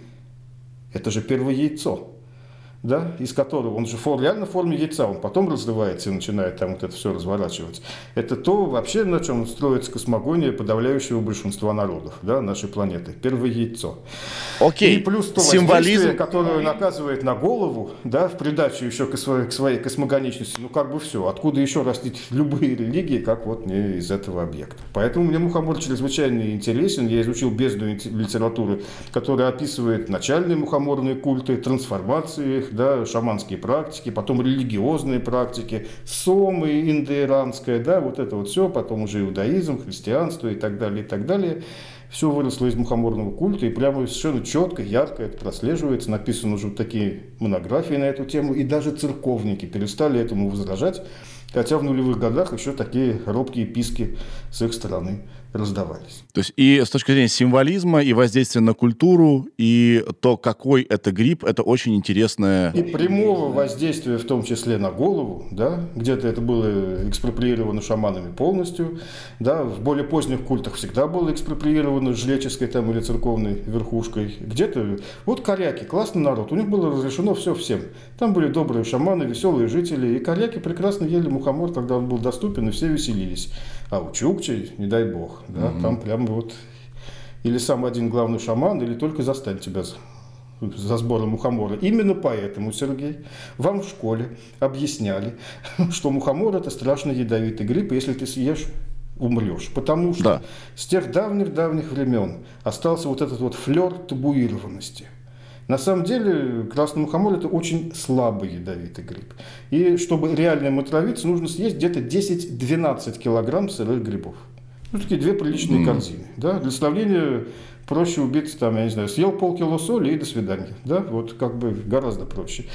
Это же первое яйцо. Да, из которого, он же фор, реально в форме яйца, он потом разрывается и начинает там вот это все разворачивать. Это то вообще, на чем строится космогония подавляющего большинства народов, да, нашей планеты. Первое яйцо. Окей. И плюс то символизм, которое наказывает на голову, да, в придачу еще к своей, к своей космогоничности, ну как бы все. Откуда еще растить любые религии, как вот не из этого объекта. Поэтому мне мухомор чрезвычайно интересен. Я изучил бездну литературы, которая описывает начальные мухоморные культы, трансформации их, да, шаманские практики, потом религиозные практики, сомы индоиранская, да, вот это вот все, потом уже иудаизм, христианство и так далее, и так далее. Все выросло из мухоморного культа, и прямо совершенно четко, ярко это прослеживается. Написаны уже такие монографии на эту тему, и даже церковники перестали этому возражать, хотя в нулевых годах еще такие робкие писки с их стороны раздавались. То есть и с точки зрения символизма, и воздействия на культуру, и то, какой это гриб, это очень интересное... И прямого воздействия, в том числе на голову, да, где-то это было экспроприировано шаманами полностью, да, в более поздних культах всегда было экспроприировано жреческой там или церковной верхушкой, где-то... Вот коряки, классный народ, у них было разрешено все всем. Там были добрые шаманы, веселые жители, и коряки прекрасно ели мухомор, когда он был доступен, и все веселились. А у чукчей, не дай бог, да, mm-hmm. там прямо вот или сам один главный шаман, или только застань тебя за сбором мухомора. Именно поэтому, Сергей, вам в школе объясняли, что мухомор – это страшно ядовитый гриб, и если ты съешь, умрешь. Потому что Да. с тех давних-давних времен остался вот этот вот флер табуированности. На самом деле красный мухомор – это очень слабый ядовитый гриб. И чтобы реально им отравиться, нужно съесть где-то десять-двенадцать килограмм сырых грибов. Ну, такие две приличные mm. корзины. Да? Для сравнения, проще убиться, там, я не знаю, съел полкило соли и до свидания. Да? Вот как бы гораздо проще.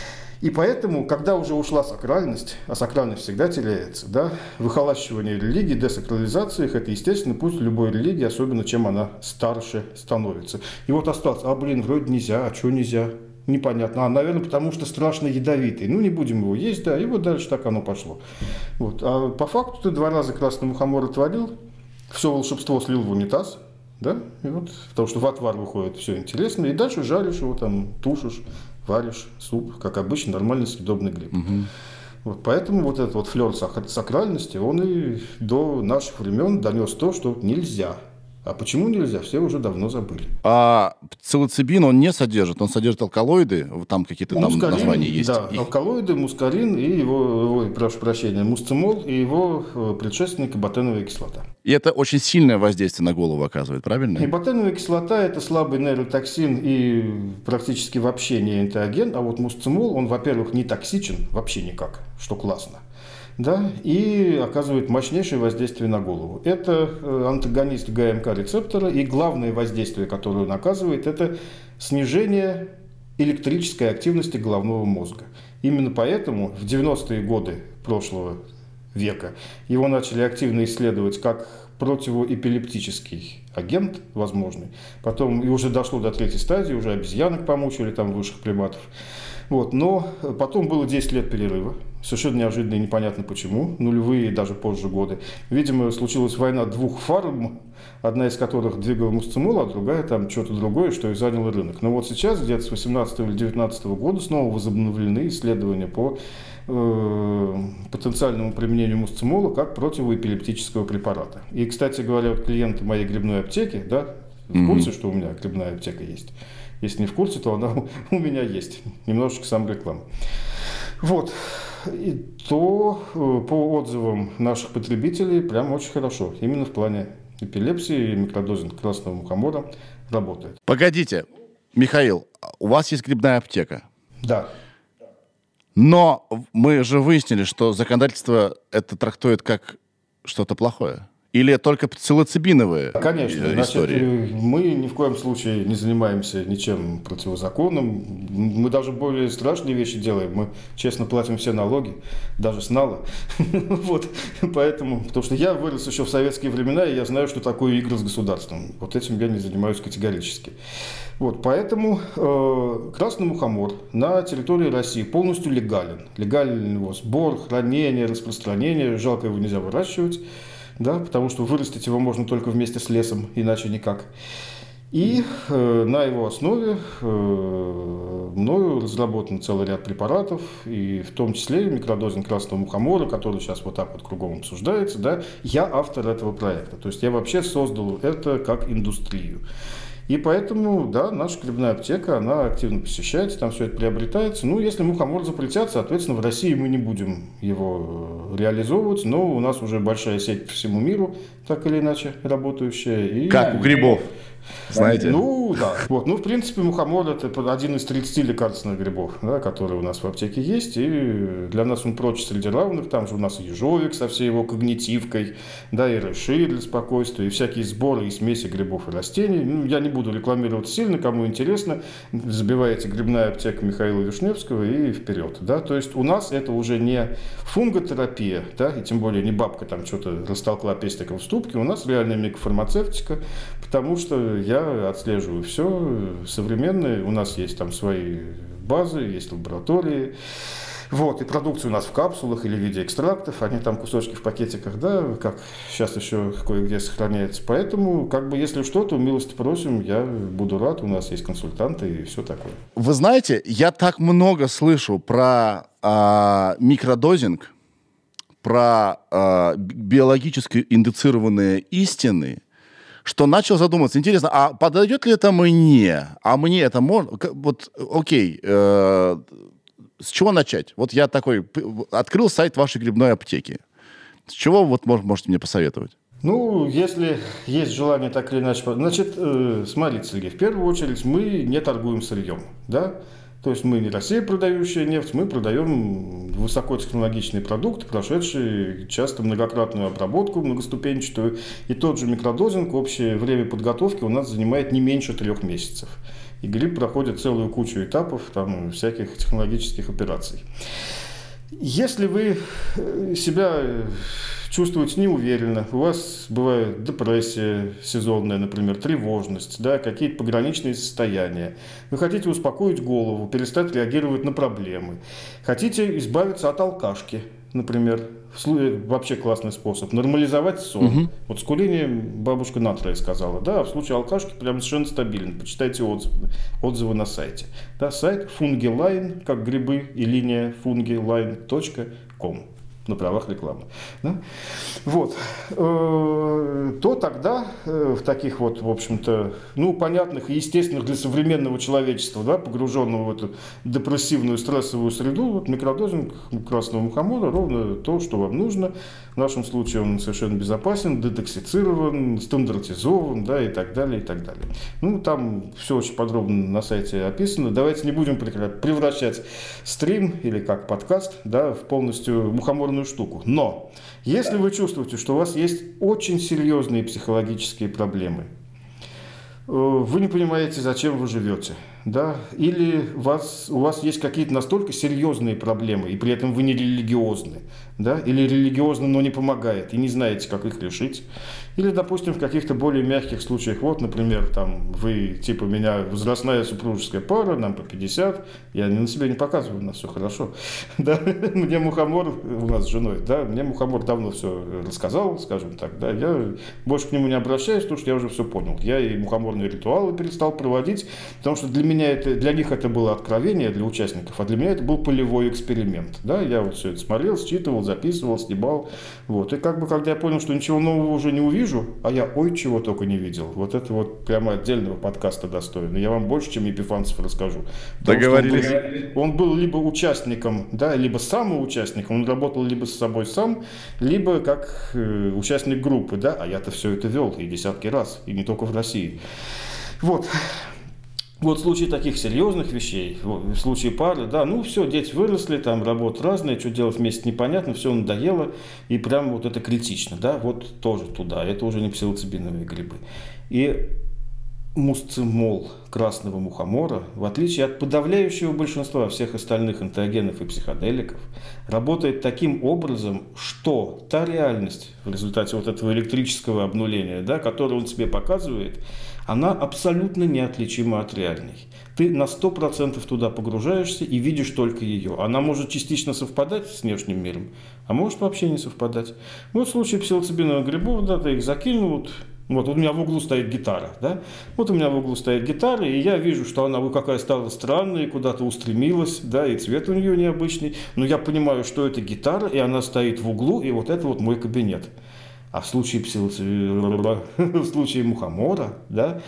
И поэтому, когда уже ушла сакральность, а сакральность всегда теряется, да, выхолащивание религии, десакрализация их – это естественно путь любой религии, особенно чем она старше становится. И вот остался, а блин, вроде нельзя, а что нельзя? Непонятно. А, наверное, потому что страшно ядовитый. Ну, не будем его есть, да, и вот дальше так оно пошло. Вот. А по факту ты два раза красный мухомор отварил, все волшебство слил в унитаз, да, и вот, потому что в отвар выходит все интересно, и дальше жаришь его, там, тушишь, варишь суп, как обычно, нормальный съедобный гриб. Угу. Вот, поэтому вот этот вот флер сакральности, он и до наших времен донес то, что нельзя. А почему нельзя, все уже давно забыли. А пsilocybin он не содержит, он содержит алкалоиды, там какие-то там мускарин, названия есть. Да, их... алкалоиды, мускарин и его, его, прошу прощения, мусцимол и его предшественник ботеновая кислота. И это очень сильное воздействие на голову оказывает, правильно? И ботеновая кислота – это слабый нейротоксин и практически вообще не энтеоген, а вот мусцимол, он, во-первых, не токсичен вообще никак, что классно. Да, и оказывает мощнейшее воздействие на голову. Это антагонист ГМК-рецептора, и главное воздействие, которое он оказывает, это снижение электрической активности головного мозга. Именно поэтому в девяностые годы прошлого века его начали активно исследовать как противоэпилептический агент возможный. Потом и уже дошло до третьей стадии, уже обезьянок помучили, там высших приматов. Вот, но потом было десять лет перерыва. Совершенно неожиданно и непонятно почему. Нулевые и даже позже годы. Видимо, случилась война двух фарм, одна из которых двигала мусцимол, а другая там что-то другое, что и заняло рынок. Но вот сейчас, где-то с восемнадцатого или девятнадцатого года, снова возобновлены исследования по э, потенциальному применению мусцимола как противоэпилептического препарата. И, кстати говоря, вот клиенты моей грибной аптеки, да, в курсе, mm-hmm. что у меня грибная аптека есть? Если не в курсе, то она у меня есть. Немножечко сам реклама. Вот. И то по отзывам наших потребителей прям очень хорошо. Именно в плане эпилепсии микродозинг красного мухомора работает. Погодите, Михаил, у вас есть грибная аптека? Да. Но мы же выяснили, что законодательство это трактует как что-то плохое. Или только пsilocybиновые Конечно, истории? Значит, мы ни в коем случае не занимаемся ничем противозаконным. Мы даже более страшные вещи делаем. Мы честно платим все налоги, даже с нала. Вот. Поэтому, потому что я вырос еще в советские времена, и я знаю, что такое игры с государством. Вот этим я не занимаюсь категорически. Вот, поэтому э, красный мухомор на территории России полностью легален. Легален его сбор, хранение, распространение. Жалко, его нельзя выращивать. Да, потому что вырастить его можно только вместе с лесом, иначе никак. И э, на его основе э, мною разработан целый ряд препаратов, и в том числе микродозинг красного мухомора, который сейчас вот так вот кругом обсуждается. Да, я автор этого проекта, то есть я вообще создал это как индустрию. И поэтому, да, наша грибная аптека, она активно посещается, там все это приобретается. Ну, если мухомор запретят, соответственно, в России мы не будем его реализовывать, но у нас уже большая сеть по всему миру, так или иначе, работающая. И... Как у грибов, знаете? Ну, да. Вот. Ну, в принципе, мухомор – это один из тридцати лекарственных грибов, да, которые у нас в аптеке есть, и для нас он проч среди равных. Там же у нас ежовик со всей его когнитивкой, да, и рыши для спокойствия, и всякие сборы и смеси грибов и растений. Ну, я не буду рекламировать сильно, кому интересно, забивайте «Грибная аптека» Михаила Вишневского и вперед. Да? То есть у нас это уже не фунготерапия, да, и тем более не бабка там что-то растолкла пестиком в ступке, у нас реальная микрофармацевтика, потому что я отслеживаю все современное, у нас есть там свои базы, есть лаборатории. Вот, и продукция у нас в капсулах или в виде экстрактов, они там кусочки в пакетиках, да, как сейчас еще кое-где сохраняется. Поэтому, как бы, если что-то, милости просим, я буду рад, у нас есть консультанты и все такое. Вы знаете, я так много слышу про а, микродозинг, про а, биологически индуцированные истины, что начал задуматься. Интересно, а подойдет ли это мне? А мне это можно? Вот, окей, э, с чего начать? Вот я такой, открыл сайт вашей грибной аптеки. С чего вот можете мне посоветовать? Ну, если есть желание так или иначе... Значит, э, смотрите, Сергей, в первую очередь мы не торгуем сырьем, да? То есть мы не Россия, продающая нефть, мы продаем высокотехнологичный продукт, прошедший часто многократную обработку, многоступенчатую. И тот же микродозинг, общее время подготовки у нас занимает не меньше трех месяцев. И гриб проходит целую кучу этапов, там, всяких технологических операций. Если вы себя чувствуете неуверенно, у вас бывает депрессия сезонная, например, тревожность, да, какие-то пограничные состояния, вы хотите успокоить голову, перестать реагировать на проблемы, хотите избавиться от алкашки, например, вообще классный способ, нормализовать сон. Угу. Вот с курением бабушка натрия сказала, да, в случае алкашки прям совершенно стабильно, почитайте отзывы, отзывы на сайте. Да, сайт Fungiline, как грибы, и линия fungiline точка ком. На правах рекламы. Да? Вот. То тогда в таких вот, в общем-то, ну, понятных и естественных для современного человечества, да, погруженного в эту депрессивную стрессовую среду, вот микродозинг красного мухомора ровно то, что вам нужно. В нашем случае он совершенно безопасен, детоксицирован, стандартизован, да, и так далее, и так далее. Ну, там все очень подробно на сайте описано. Давайте не будем превращать стрим или как подкаст, да, в полностью мухоморную штуку. Но если вы чувствуете, что у вас есть очень серьезные психологические проблемы, вы не понимаете, зачем вы живете, да, или у вас, у вас есть какие-то настолько серьезные проблемы, и при этом вы не религиозны, да, или религиозны, но не помогает, и не знаете, как их решить, или, допустим, в каких-то более мягких случаях, вот, например, там, вы, типа, меня возрастная супружеская пара, нам по пятьдесят, я на себя не показываю, у нас все хорошо, да, мне мухомор, у нас с женой, да, мне мухомор давно все рассказал, скажем так, да, я больше к нему не обращаюсь, потому что я уже все понял, я и мухоморные ритуалы перестал проводить, потому что для меня это, для них это было откровение, для участников, а для меня это был полевой эксперимент, да, я вот все это смотрел, считывал, записывал, снимал, вот, и как бы, когда я понял, что ничего нового уже не увижу, а я ой чего только не видел. Вот это вот прямо отдельного подкаста достойно. Я вам больше, чем Епифанцев, расскажу. Договорились. Он был, он был либо участником, да, либо самоучастником, он работал либо с собой сам, либо как э, участник группы, да, а я-то все это вел и десятки раз, и не только в России. Вот. Вот в случае таких серьезных вещей, в случае пары, да, ну все, дети выросли, там работа разная, что делать вместе непонятно, все надоело, и прям вот это критично, да, вот тоже туда, это уже не псилоцибиновые грибы. И мусцимол красного мухомора, в отличие от подавляющего большинства всех остальных энтеогенов и психоделиков, работает таким образом, что та реальность в результате вот этого электрического обнуления, да, которую он тебе показывает, она абсолютно неотличима от реальной. Ты на сто процентов туда погружаешься и видишь только ее. Она может частично совпадать с внешним миром, а может вообще не совпадать. Вот в случае псилоцибиновых грибов, да, ты их закинул, вот, вот у меня в углу стоит гитара, да, вот у меня в углу стоит гитара, и я вижу, что она какая стала странная, куда-то устремилась, да, и цвет у нее необычный, но я понимаю, что это гитара, и она стоит в углу, и вот это вот мой кабинет. А в случае псилоцибинового, в случае мухомора, да,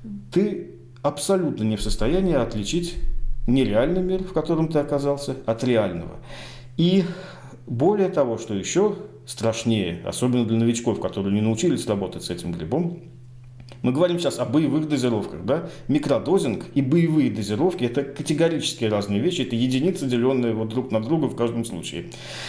ты абсолютно не в состоянии отличить нереальный мир, в котором ты оказался, от реального. И более того, что еще страшнее, особенно для новичков, которые не научились работать с этим грибом, мы говорим сейчас о боевых дозировках, да? Микродозинг и боевые дозировки – это категорически разные вещи, это единицы, деленные вот друг на друга в каждом случае.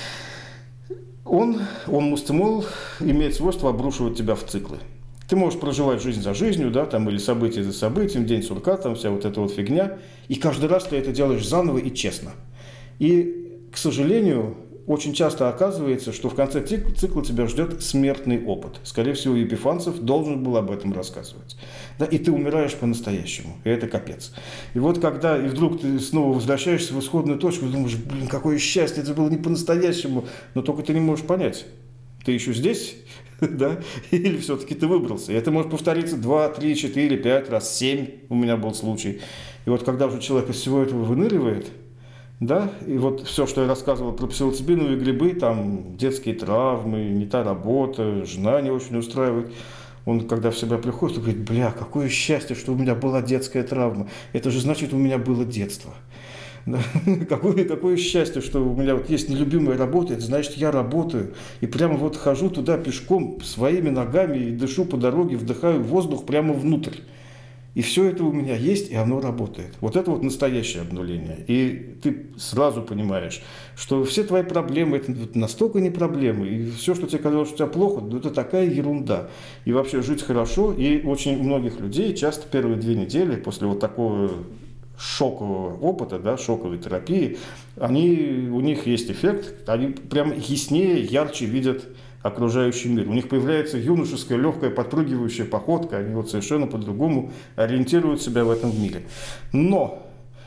Он, он мусцимол, имеет свойство обрушивать тебя в циклы. Ты можешь проживать жизнь за жизнью, да, там, или событие за событием, день сурка, там вся вот эта вот фигня, и каждый раз ты это делаешь заново и честно. И, к сожалению, очень часто оказывается, что в конце цикла тебя ждет смертный опыт. Скорее всего, Епифанцев должен был об этом рассказывать. Да, и ты умираешь по-настоящему, и это капец. И вот когда и вдруг ты снова возвращаешься в исходную точку, и думаешь, блин, какое счастье, это было не по-настоящему, но только ты не можешь понять, ты еще здесь, да, или все-таки ты выбрался. И это может повториться два, три, четыре, пять раз, семь, у меня был случай. И вот когда уже человек из всего этого выныривает, да, и вот все, что я рассказывал про псилоцибиновые грибы, там детские травмы, не та работа, жена не очень устраивает, Он, когда в себя приходит, он говорит: бля, какое счастье, что у меня была детская травма. Это же значит, у меня было детство. Да? Какое, какое счастье, что у меня вот есть нелюбимая работа, это значит, я работаю. И прямо вот хожу туда пешком своими ногами и дышу по дороге, вдыхаю воздух прямо внутрь. И все это у меня есть, и оно работает. Вот это вот настоящее обнуление. И ты сразу понимаешь, что все твои проблемы, это настолько не проблемы. И все, что тебе казалось, что у тебя плохо, это такая ерунда. И вообще жить хорошо. И очень у многих людей часто первые две недели после вот такого шокового опыта, да, шоковой терапии, они, у них есть эффект, они прям яснее, ярче видят окружающий мир. У них появляется юношеская, легкая, подпрыгивающая походка, они вот совершенно по-другому ориентируют себя в этом мире. Но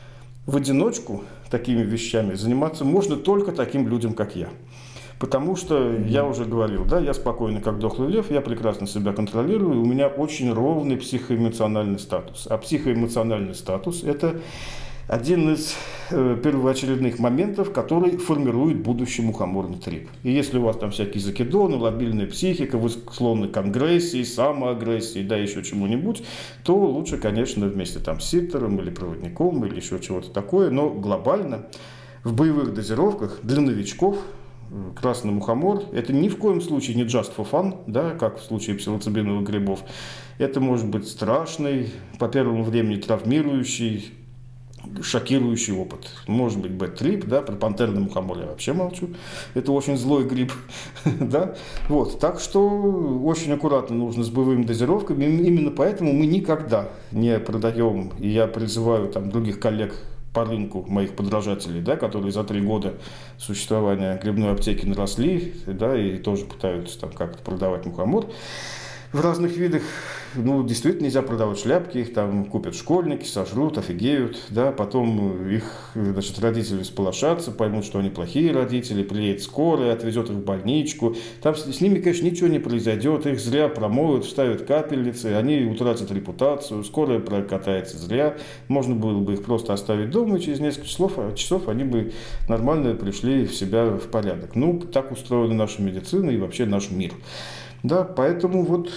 в одиночку такими вещами заниматься можно только таким людям, как я. Потому что, я уже говорил, да, я спокойный, как дохлый лев, я прекрасно себя контролирую, у меня очень ровный психоэмоциональный статус. А психоэмоциональный статус – это один из э, первоочередных моментов, который формирует будущий мухоморный трип. И если у вас там всякие закидоны, лобильная психика, вы склонны к агрессии, самоагрессии, да, еще чему-нибудь, то лучше, конечно, вместе там с ситтером или проводником или еще чего-то такое. Но глобально в боевых дозировках для новичков красный мухомор – это ни в коем случае не just for fun, да, как в случае псилоцибиновых грибов. Это может быть страшный, по первому времени травмирующий, шокирующий опыт. Может быть бэд-трип, да, про пантерный мухомор я вообще молчу. Это очень злой гриб. Да? Вот. Так что очень аккуратно нужно с боевыми дозировками. Именно поэтому мы никогда не продаем, и я призываю там других коллег по рынку, моих подражателей, да, которые за три года существования грибной аптеки наросли, да, и тоже пытаются там как-то продавать мухомор в разных видах. Ну, действительно нельзя продавать шляпки, их там купят школьники, сожрут, офигеют, да, потом их, значит, родители сполошатся, поймут, что они плохие родители, приедет скорая, отвезет их в больничку, там с, с ними, конечно, ничего не произойдет, их зря промоют, вставят капельницы, они утратят репутацию, скорая прокатается зря, можно было бы их просто оставить дома, и через несколько часов, часов они бы нормально пришли в себя в порядок. Ну, так устроена наша медицина и вообще наш мир. Да, поэтому вот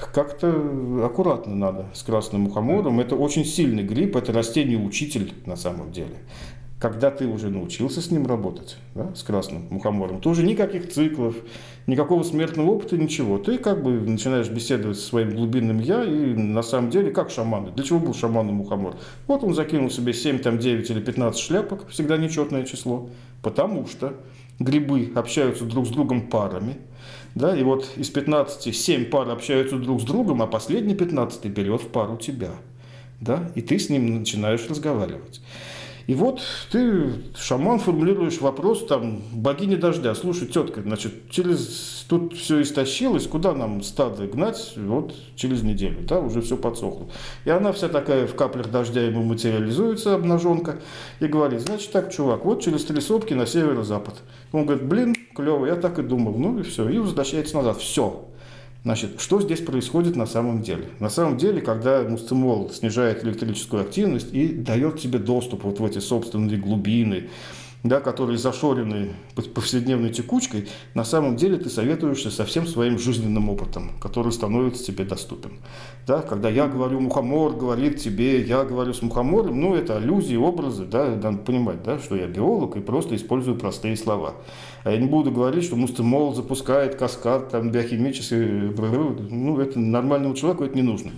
как-то аккуратно надо с красным мухомором. Это очень сильный гриб, это растение-учитель на самом деле. Когда ты уже научился с ним работать, да, с красным мухомором, то уже никаких циклов, никакого смертного опыта, ничего. Ты как бы начинаешь беседовать со своим глубинным «я», и на самом деле как шаманы. Для чего был шаман и мухомор? Вот он закинул себе семь, там, девять или пятнадцать шляпок, всегда нечетное число, потому что грибы общаются друг с другом парами. Да, и вот из пятнадцати семь пар общаются друг с другом, а последний пятнадцатый берет в пару тебя. Да, и ты с ним начинаешь разговаривать. И вот ты, шаман, формулируешь вопрос там богине дождя. Слушай, тетка, значит, через тут все истощилось, куда нам стадо гнать? Вот через неделю, да, уже все подсохло. И она вся такая в каплях дождя ему материализуется, обнаженка, и говорит: значит так, чувак, вот через три сопки на северо-запад. Он говорит: блин, клево, я так и думал. Ну и все, и возвращается назад. Все. Значит, что здесь происходит на самом деле? На самом деле, когда мусцимол снижает электрическую активность и дает тебе доступ вот в эти собственные глубины, да, которые зашорены повседневной текучкой, на самом деле ты советуешься со всем своим жизненным опытом, который становится тебе доступен. Да, когда я говорю, мухомор говорит тебе, я говорю с мухомором, ну, это аллюзии, образы, да, надо понимать, да, что я биолог и просто использую простые слова. А я не буду говорить, что мусцимол запускает каскад там, биохимический, ну, это нормальному человеку это не нужно.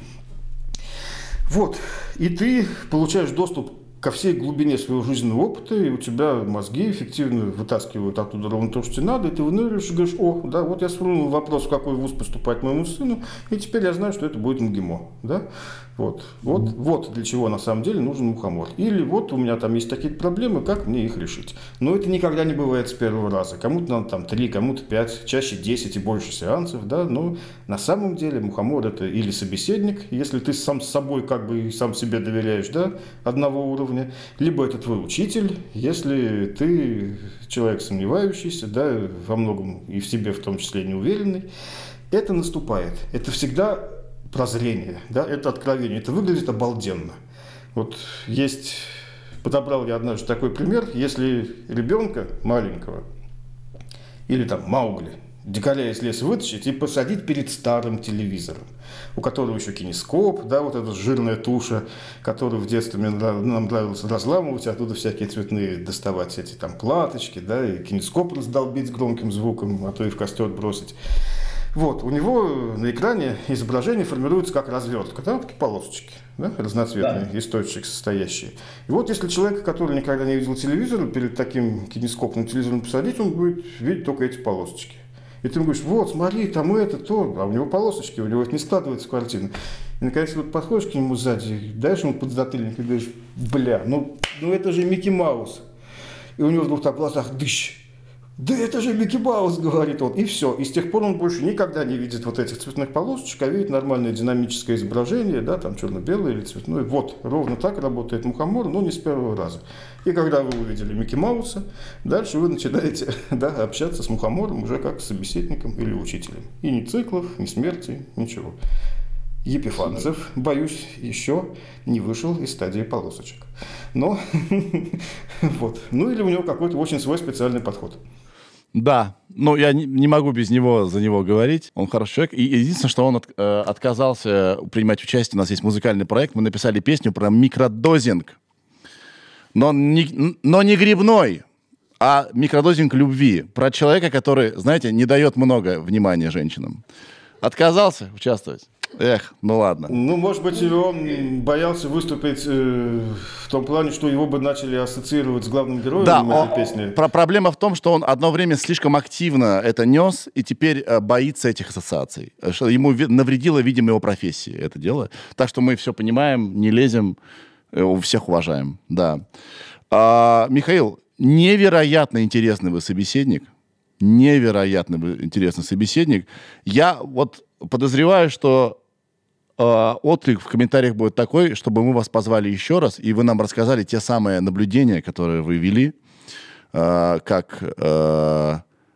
Вот, и ты получаешь доступ ко всей глубине своего жизненного опыта, и у тебя мозги эффективно вытаскивают оттуда ровно то, что тебе надо, и ты выныриваешь и говоришь: о, да, вот я сформулировал вопрос, в какой вуз поступать моему сыну, и теперь я знаю, что это будет МГИМО, да. Вот, вот, mm-hmm. вот для чего на самом деле нужен мухомор. Или вот у меня там есть такие проблемы, как мне их решить. Но это никогда не бывает с первого раза. Кому-то надо там три, кому-то пять, чаще десять и больше сеансов, да. Но на самом деле мухомор это или собеседник, если ты сам с собой как бы сам себе доверяешь, да, одного уровня, либо это твой учитель, если ты человек сомневающийся, да, во многом и в себе в том числе неуверенный. Это наступает. Это всегда прозрение, да, это откровение, это выглядит обалденно. Вот есть, подобрал я однажды такой пример, если ребенка маленького, или там Маугли, дикаря из леса вытащить и посадить перед старым телевизором, у которого еще кинескоп, да, вот эта жирная туша, которую в детстве нам нравилось разламывать, оттуда всякие цветные доставать эти там платочки, да, и кинескоп раздолбить с громким звуком, а то и в костер бросить. Вот, у него на экране изображение формируется как развертка, да, такие полосочки, да, разноцветные, да. Из точек состоящие. И вот если человека, который никогда не видел телевизора, перед таким кинескопным телевизором посадить, он будет видеть только эти полосочки. И ты ему говоришь, вот, смотри, там это, то, а у него полосочки, у него это не складывается в картину. И, наконец, вот подходишь к нему сзади, даешь ему подзатыльник и говоришь, бля, ну, ну это же Микки Маус. И у него вдруг так в глазах дыщ. Да это же Микки Маус, говорит он. И все. И с тех пор он больше никогда не видит вот этих цветных полосочек, а видит нормальное динамическое изображение, да, там черно-белое или цветное. Вот, ровно так работает мухомор, но не с первого раза. И когда вы увидели Микки Мауса, дальше вы начинаете, да, общаться с мухомором уже как с собеседником или учителем. И ни циклов, ни смерти, ничего. Епифанцев, боюсь, еще не вышел из стадии полосочек. Но, вот. Ну или у него какой-то очень свой специальный подход. Да, но я не, не могу без него за него говорить. Он хороший человек. И единственное, что он от, э, отказался принимать участие. У нас есть музыкальный проект. Мы написали песню про микродозинг. Но не, но не грибной, а микродозинг любви. Про человека, который, знаете, не дает много внимания женщинам. Отказался участвовать. Эх, ну ладно. Ну, может быть, он боялся выступить э, в том плане, что его бы начали ассоциировать с главным героем да, этой он, песни. Про проблема в том, что он одно время слишком активно это нес, и теперь э, боится этих ассоциаций. Что ему ви- навредило, видимо, его профессии это дело. Так что мы все понимаем, не лезем, э, всех уважаем. Да. А, Михаил, невероятно интересный вы собеседник. Невероятно вы интересный собеседник. Я вот подозреваю, что э, отклик в комментариях будет такой, чтобы мы вас позвали еще раз, и вы нам рассказали те самые наблюдения, которые вы вели, э, как э,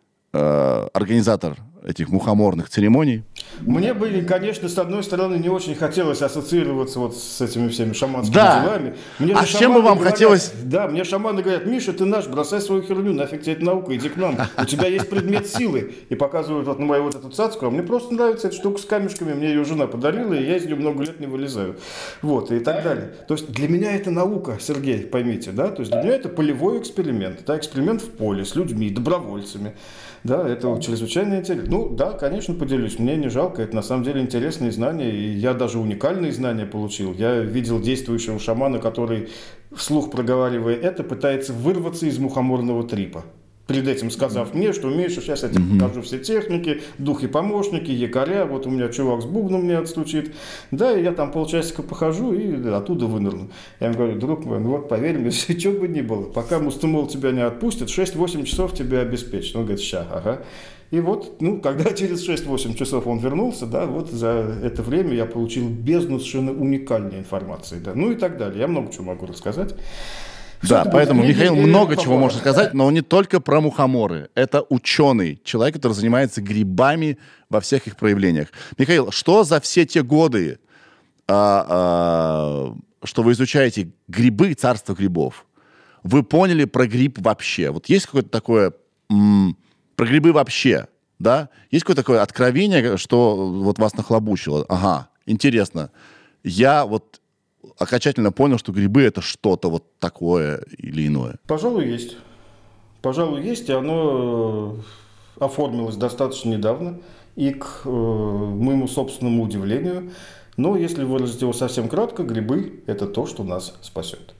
э, организатор этих мухоморных церемоний. Мне бы, конечно, с одной стороны, не очень хотелось ассоциироваться вот с этими всеми шаманскими да. делами. Мне а с чем бы вам говорят, хотелось? Да, мне шаманы говорят, Миша, ты наш, бросай свою херню, нафиг тебе эта наука, иди к нам. У тебя есть предмет силы. И показывают вот на мою вот эту цацку, а мне просто нравится эта штука с камешками, мне ее жена подарила, и я из нее много лет не вылезаю. Вот, и так далее. То есть для меня это наука, Сергей, поймите, да? То есть для меня это полевой эксперимент, да, эксперимент в поле с людьми, добровольцами. Да, это чрезвычайно интересно. Ну, да, конечно, поделюсь. Мне не жалко. Это на самом деле интересные знания. И я даже уникальные знания получил. Я видел действующего шамана, который, вслух проговаривая это, пытается вырваться из мухоморного трипа. Перед этим сказав мне, что Миша, сейчас я тебе mm-hmm. покажу все техники, духи-помощники, якоря, вот у меня чувак с бубном мне отстучит. Да, и я там полчасика похожу и оттуда вынырну. Я ему говорю, друг мой, ну вот поверь мне, что бы ни было, пока Мустамол тебя не отпустит, шесть-восемь часов тебя обеспечит. Он говорит, ща, ага. И вот, ну, когда через шесть-восемь часов он вернулся, да, вот за это время я получил бездну совершенно уникальной информации, да, ну и так далее. Я много чего могу рассказать. Да, поэтому Михаил много чего может сказать, но он не только про мухоморы. Это ученый, человек, который занимается грибами во всех их проявлениях. Михаил, что за все те годы, а, а, что вы изучаете грибы, царство грибов, вы поняли про гриб вообще? Вот есть какое-то такое... М- про грибы вообще, да? Есть какое-то такое откровение, что вот вас нахлобучило? Ага, интересно. Я вот... окончательно понял, что грибы это что-то вот такое или иное? Пожалуй, есть. Пожалуй, есть, и оно оформилось достаточно недавно, и к э, моему собственному удивлению, но если выразить его совсем кратко, грибы – это то, что нас спасет.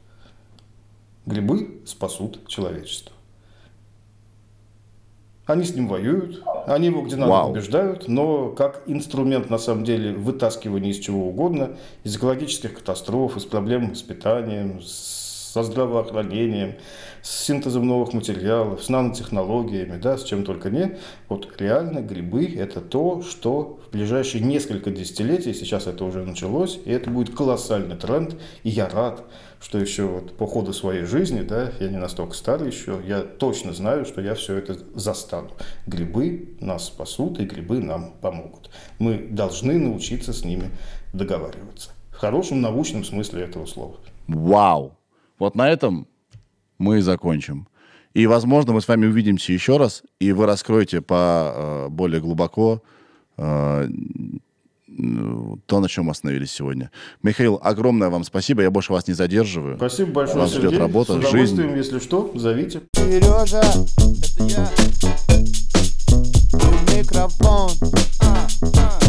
Грибы спасут человечество. Они с ним воюют, они его где надо Вау. побеждают, но как инструмент, на самом деле, вытаскивания из чего угодно, из экологических катастроф, из проблем с питанием, со здравоохранением, с синтезом новых материалов, с нанотехнологиями, да, с чем только не. Вот реально грибы – это то, что в ближайшие несколько десятилетий, сейчас это уже началось, и это будет колоссальный тренд, и я рад, что еще вот по ходу своей жизни, да, я не настолько старый еще, я точно знаю, что я все это застану. Грибы нас спасут, и грибы нам помогут. Мы должны научиться с ними договариваться. В хорошем научном смысле этого слова. Вау! Вот на этом мы и закончим. И, возможно, мы с вами увидимся еще раз, и вы раскроете по э, более глубоко э, то, на чем мы остановились сегодня. Михаил, огромное вам спасибо, я больше вас не задерживаю. Спасибо большое, вас Сергей. Ждет работа, с удовольствием, жизнь. если что, зовите. Сережа, это я. Микрофон. А, а.